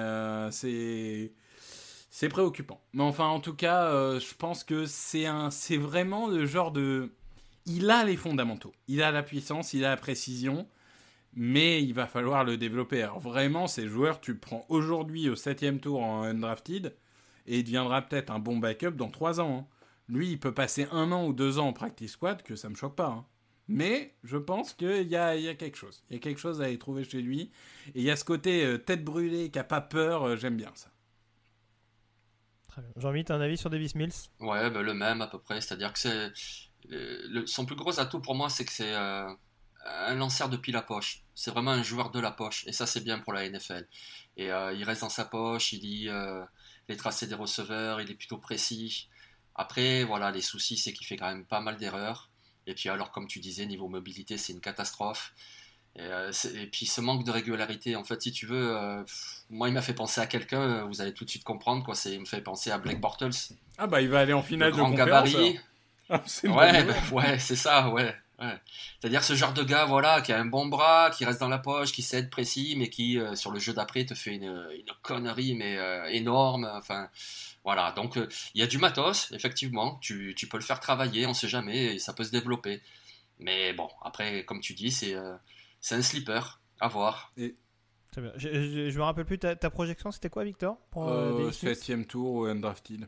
c'est préoccupant. Mais enfin, en tout cas, je pense que c'est vraiment le genre de, il a les fondamentaux, il a la puissance, il a la précision, mais il va falloir le développer. Alors vraiment, ces joueurs, tu le prends aujourd'hui au 7e tour en undrafted et il deviendra peut-être un bon backup dans 3 ans. Lui, il peut passer 1 an ou 2 ans en practice squad, que ça me choque pas. Mais je pense qu'il y a quelque chose. Il y a quelque chose à y trouver chez lui. Et il y a ce côté tête brûlée, qui n'a pas peur. J'aime bien ça. Très bien. Jean-Mi, tu as un avis sur Davis Mills ? Ouais, le même à peu près. C'est-à-dire que son plus gros atout pour moi, c'est que c'est un lanceur depuis la poche. C'est vraiment un joueur de la poche. Et ça, c'est bien pour la NFL. Et il reste dans sa poche, il lit les tracés des receveurs, il est plutôt précis. Après, voilà, les soucis, c'est qu'il fait quand même pas mal d'erreurs. Et puis alors, comme tu disais, niveau mobilité, c'est une catastrophe. Et puis ce manque de régularité, en fait, si tu veux, moi, il m'a fait penser à quelqu'un, vous allez tout de suite comprendre, quoi. Il me fait penser à Blake Bortles. Ah bah, il va aller en finale de conférence. Gabarit. Ouais, c'est ça, ouais. C'est-à-dire ce genre de gars, voilà, qui a un bon bras, qui reste dans la poche, qui sait être précis, mais qui, sur le jeu d'après, te fait une connerie, mais énorme, enfin... Voilà, donc il y a du matos, effectivement, tu peux le faire travailler, on sait jamais, et ça peut se développer. Mais bon, après, comme tu dis, c'est un sleeper, à voir. Très bien. Je me rappelle plus, ta projection, c'était quoi, Victor pour 7e tour ou undrafted.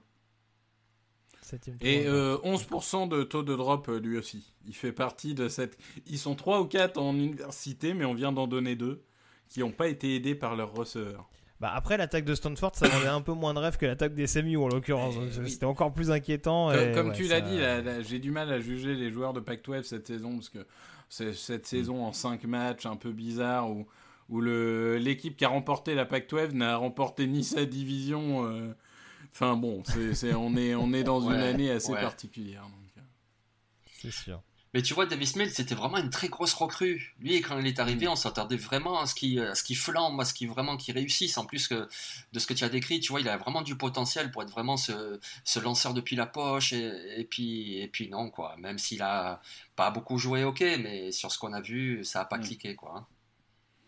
Et 11% de taux de drop, lui aussi. Il fait partie de cette... Ils sont 3 ou 4 en université, mais on vient d'en donner 2, qui n'ont pas été aidés par leurs receveurs. Bah après, l'attaque de Stanford, ça vendait un peu moins de rêve que l'attaque des SMU en l'occurrence. C'était encore plus inquiétant. Comme tu l'as dit, j'ai du mal à juger les joueurs de Pac-12 cette saison, parce que c'est cette saison en 5 matchs un peu bizarre où l'équipe qui a remporté la Pac-12 n'a remporté ni sa division. Enfin bon, on est dans une année assez particulière. Donc. C'est sûr. Mais tu vois, Davis Mills, c'était vraiment une très grosse recrue. Lui, quand il est arrivé, on s'attendait vraiment à ce qu'il flambe, à ce qu'il réussisse. En plus de ce que tu as décrit, tu vois, il a vraiment du potentiel pour être vraiment ce lanceur depuis la poche. Et puis non, quoi. Même s'il a pas beaucoup joué, ok, mais sur ce qu'on a vu, ça a pas cliqué, quoi.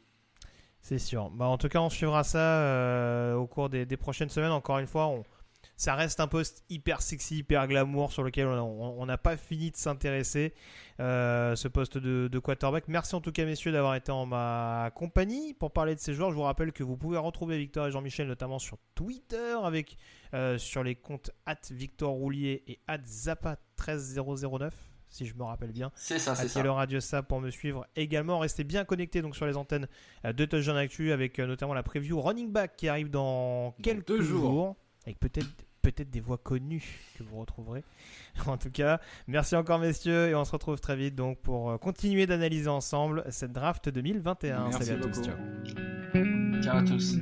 C'est sûr. Bah, en tout cas, on suivra ça au cours des prochaines semaines. Encore une fois, ça reste un poste hyper sexy, hyper glamour sur lequel on n'a pas fini de s'intéresser, ce poste de quarterback. Merci en tout cas messieurs d'avoir été en ma compagnie pour parler de ces joueurs. Je vous rappelle que vous pouvez retrouver Victor et Jean-Michel notamment sur Twitter avec sur les comptes @VictorRoulier et @Zappa13009 si je me rappelle bien. C'est ça. Radio Ça pour me suivre également. Restez bien connectés donc sur les antennes de Touchdown Actu avec notamment la preview Running Back qui arrive dans quelques jours. Avec peut-être des voix connues que vous retrouverez. En tout cas, merci encore messieurs et on se retrouve très vite donc pour continuer d'analyser ensemble cette draft 2021. Merci Salut à beaucoup. tous. Ciao à tous.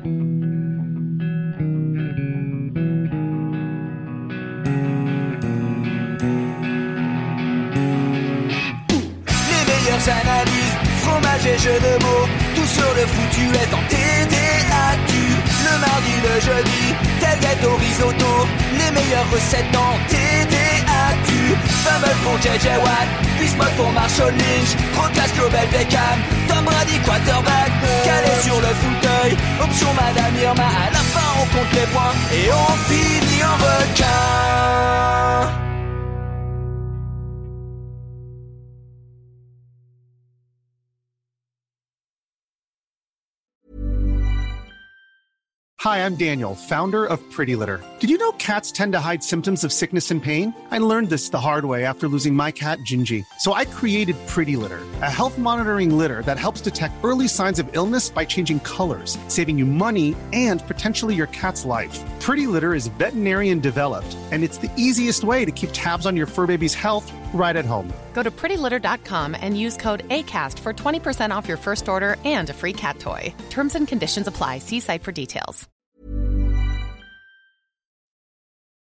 Analyse, fromage et jeux de mots, tout sur le foutu est en TDAQ. Le mardi, le jeudi, tailgate au risotto, les meilleures recettes dans TDAQ. Fumble pour JJ Watt, Bismuth pour Marshall Lynch, Procast Global Beckham, Tom Brady quarterback, calé sur le fauteuil, option Madame Irma, à la fin on compte les points et on finit en requin. Hi, I'm Daniel, founder of Pretty Litter. Did you know cats tend to hide symptoms of sickness and pain? I learned this the hard way after losing my cat, Gingy. So I created Pretty Litter, a health monitoring litter that helps detect early signs of illness by changing colors, saving you money and potentially your cat's life. Pretty Litter is veterinarian developed, and it's the easiest way to keep tabs on your fur baby's health right at home. Go to prettylitter.com and use code ACAST for 20% off your first order and a free cat toy. Terms and conditions apply. See site for details.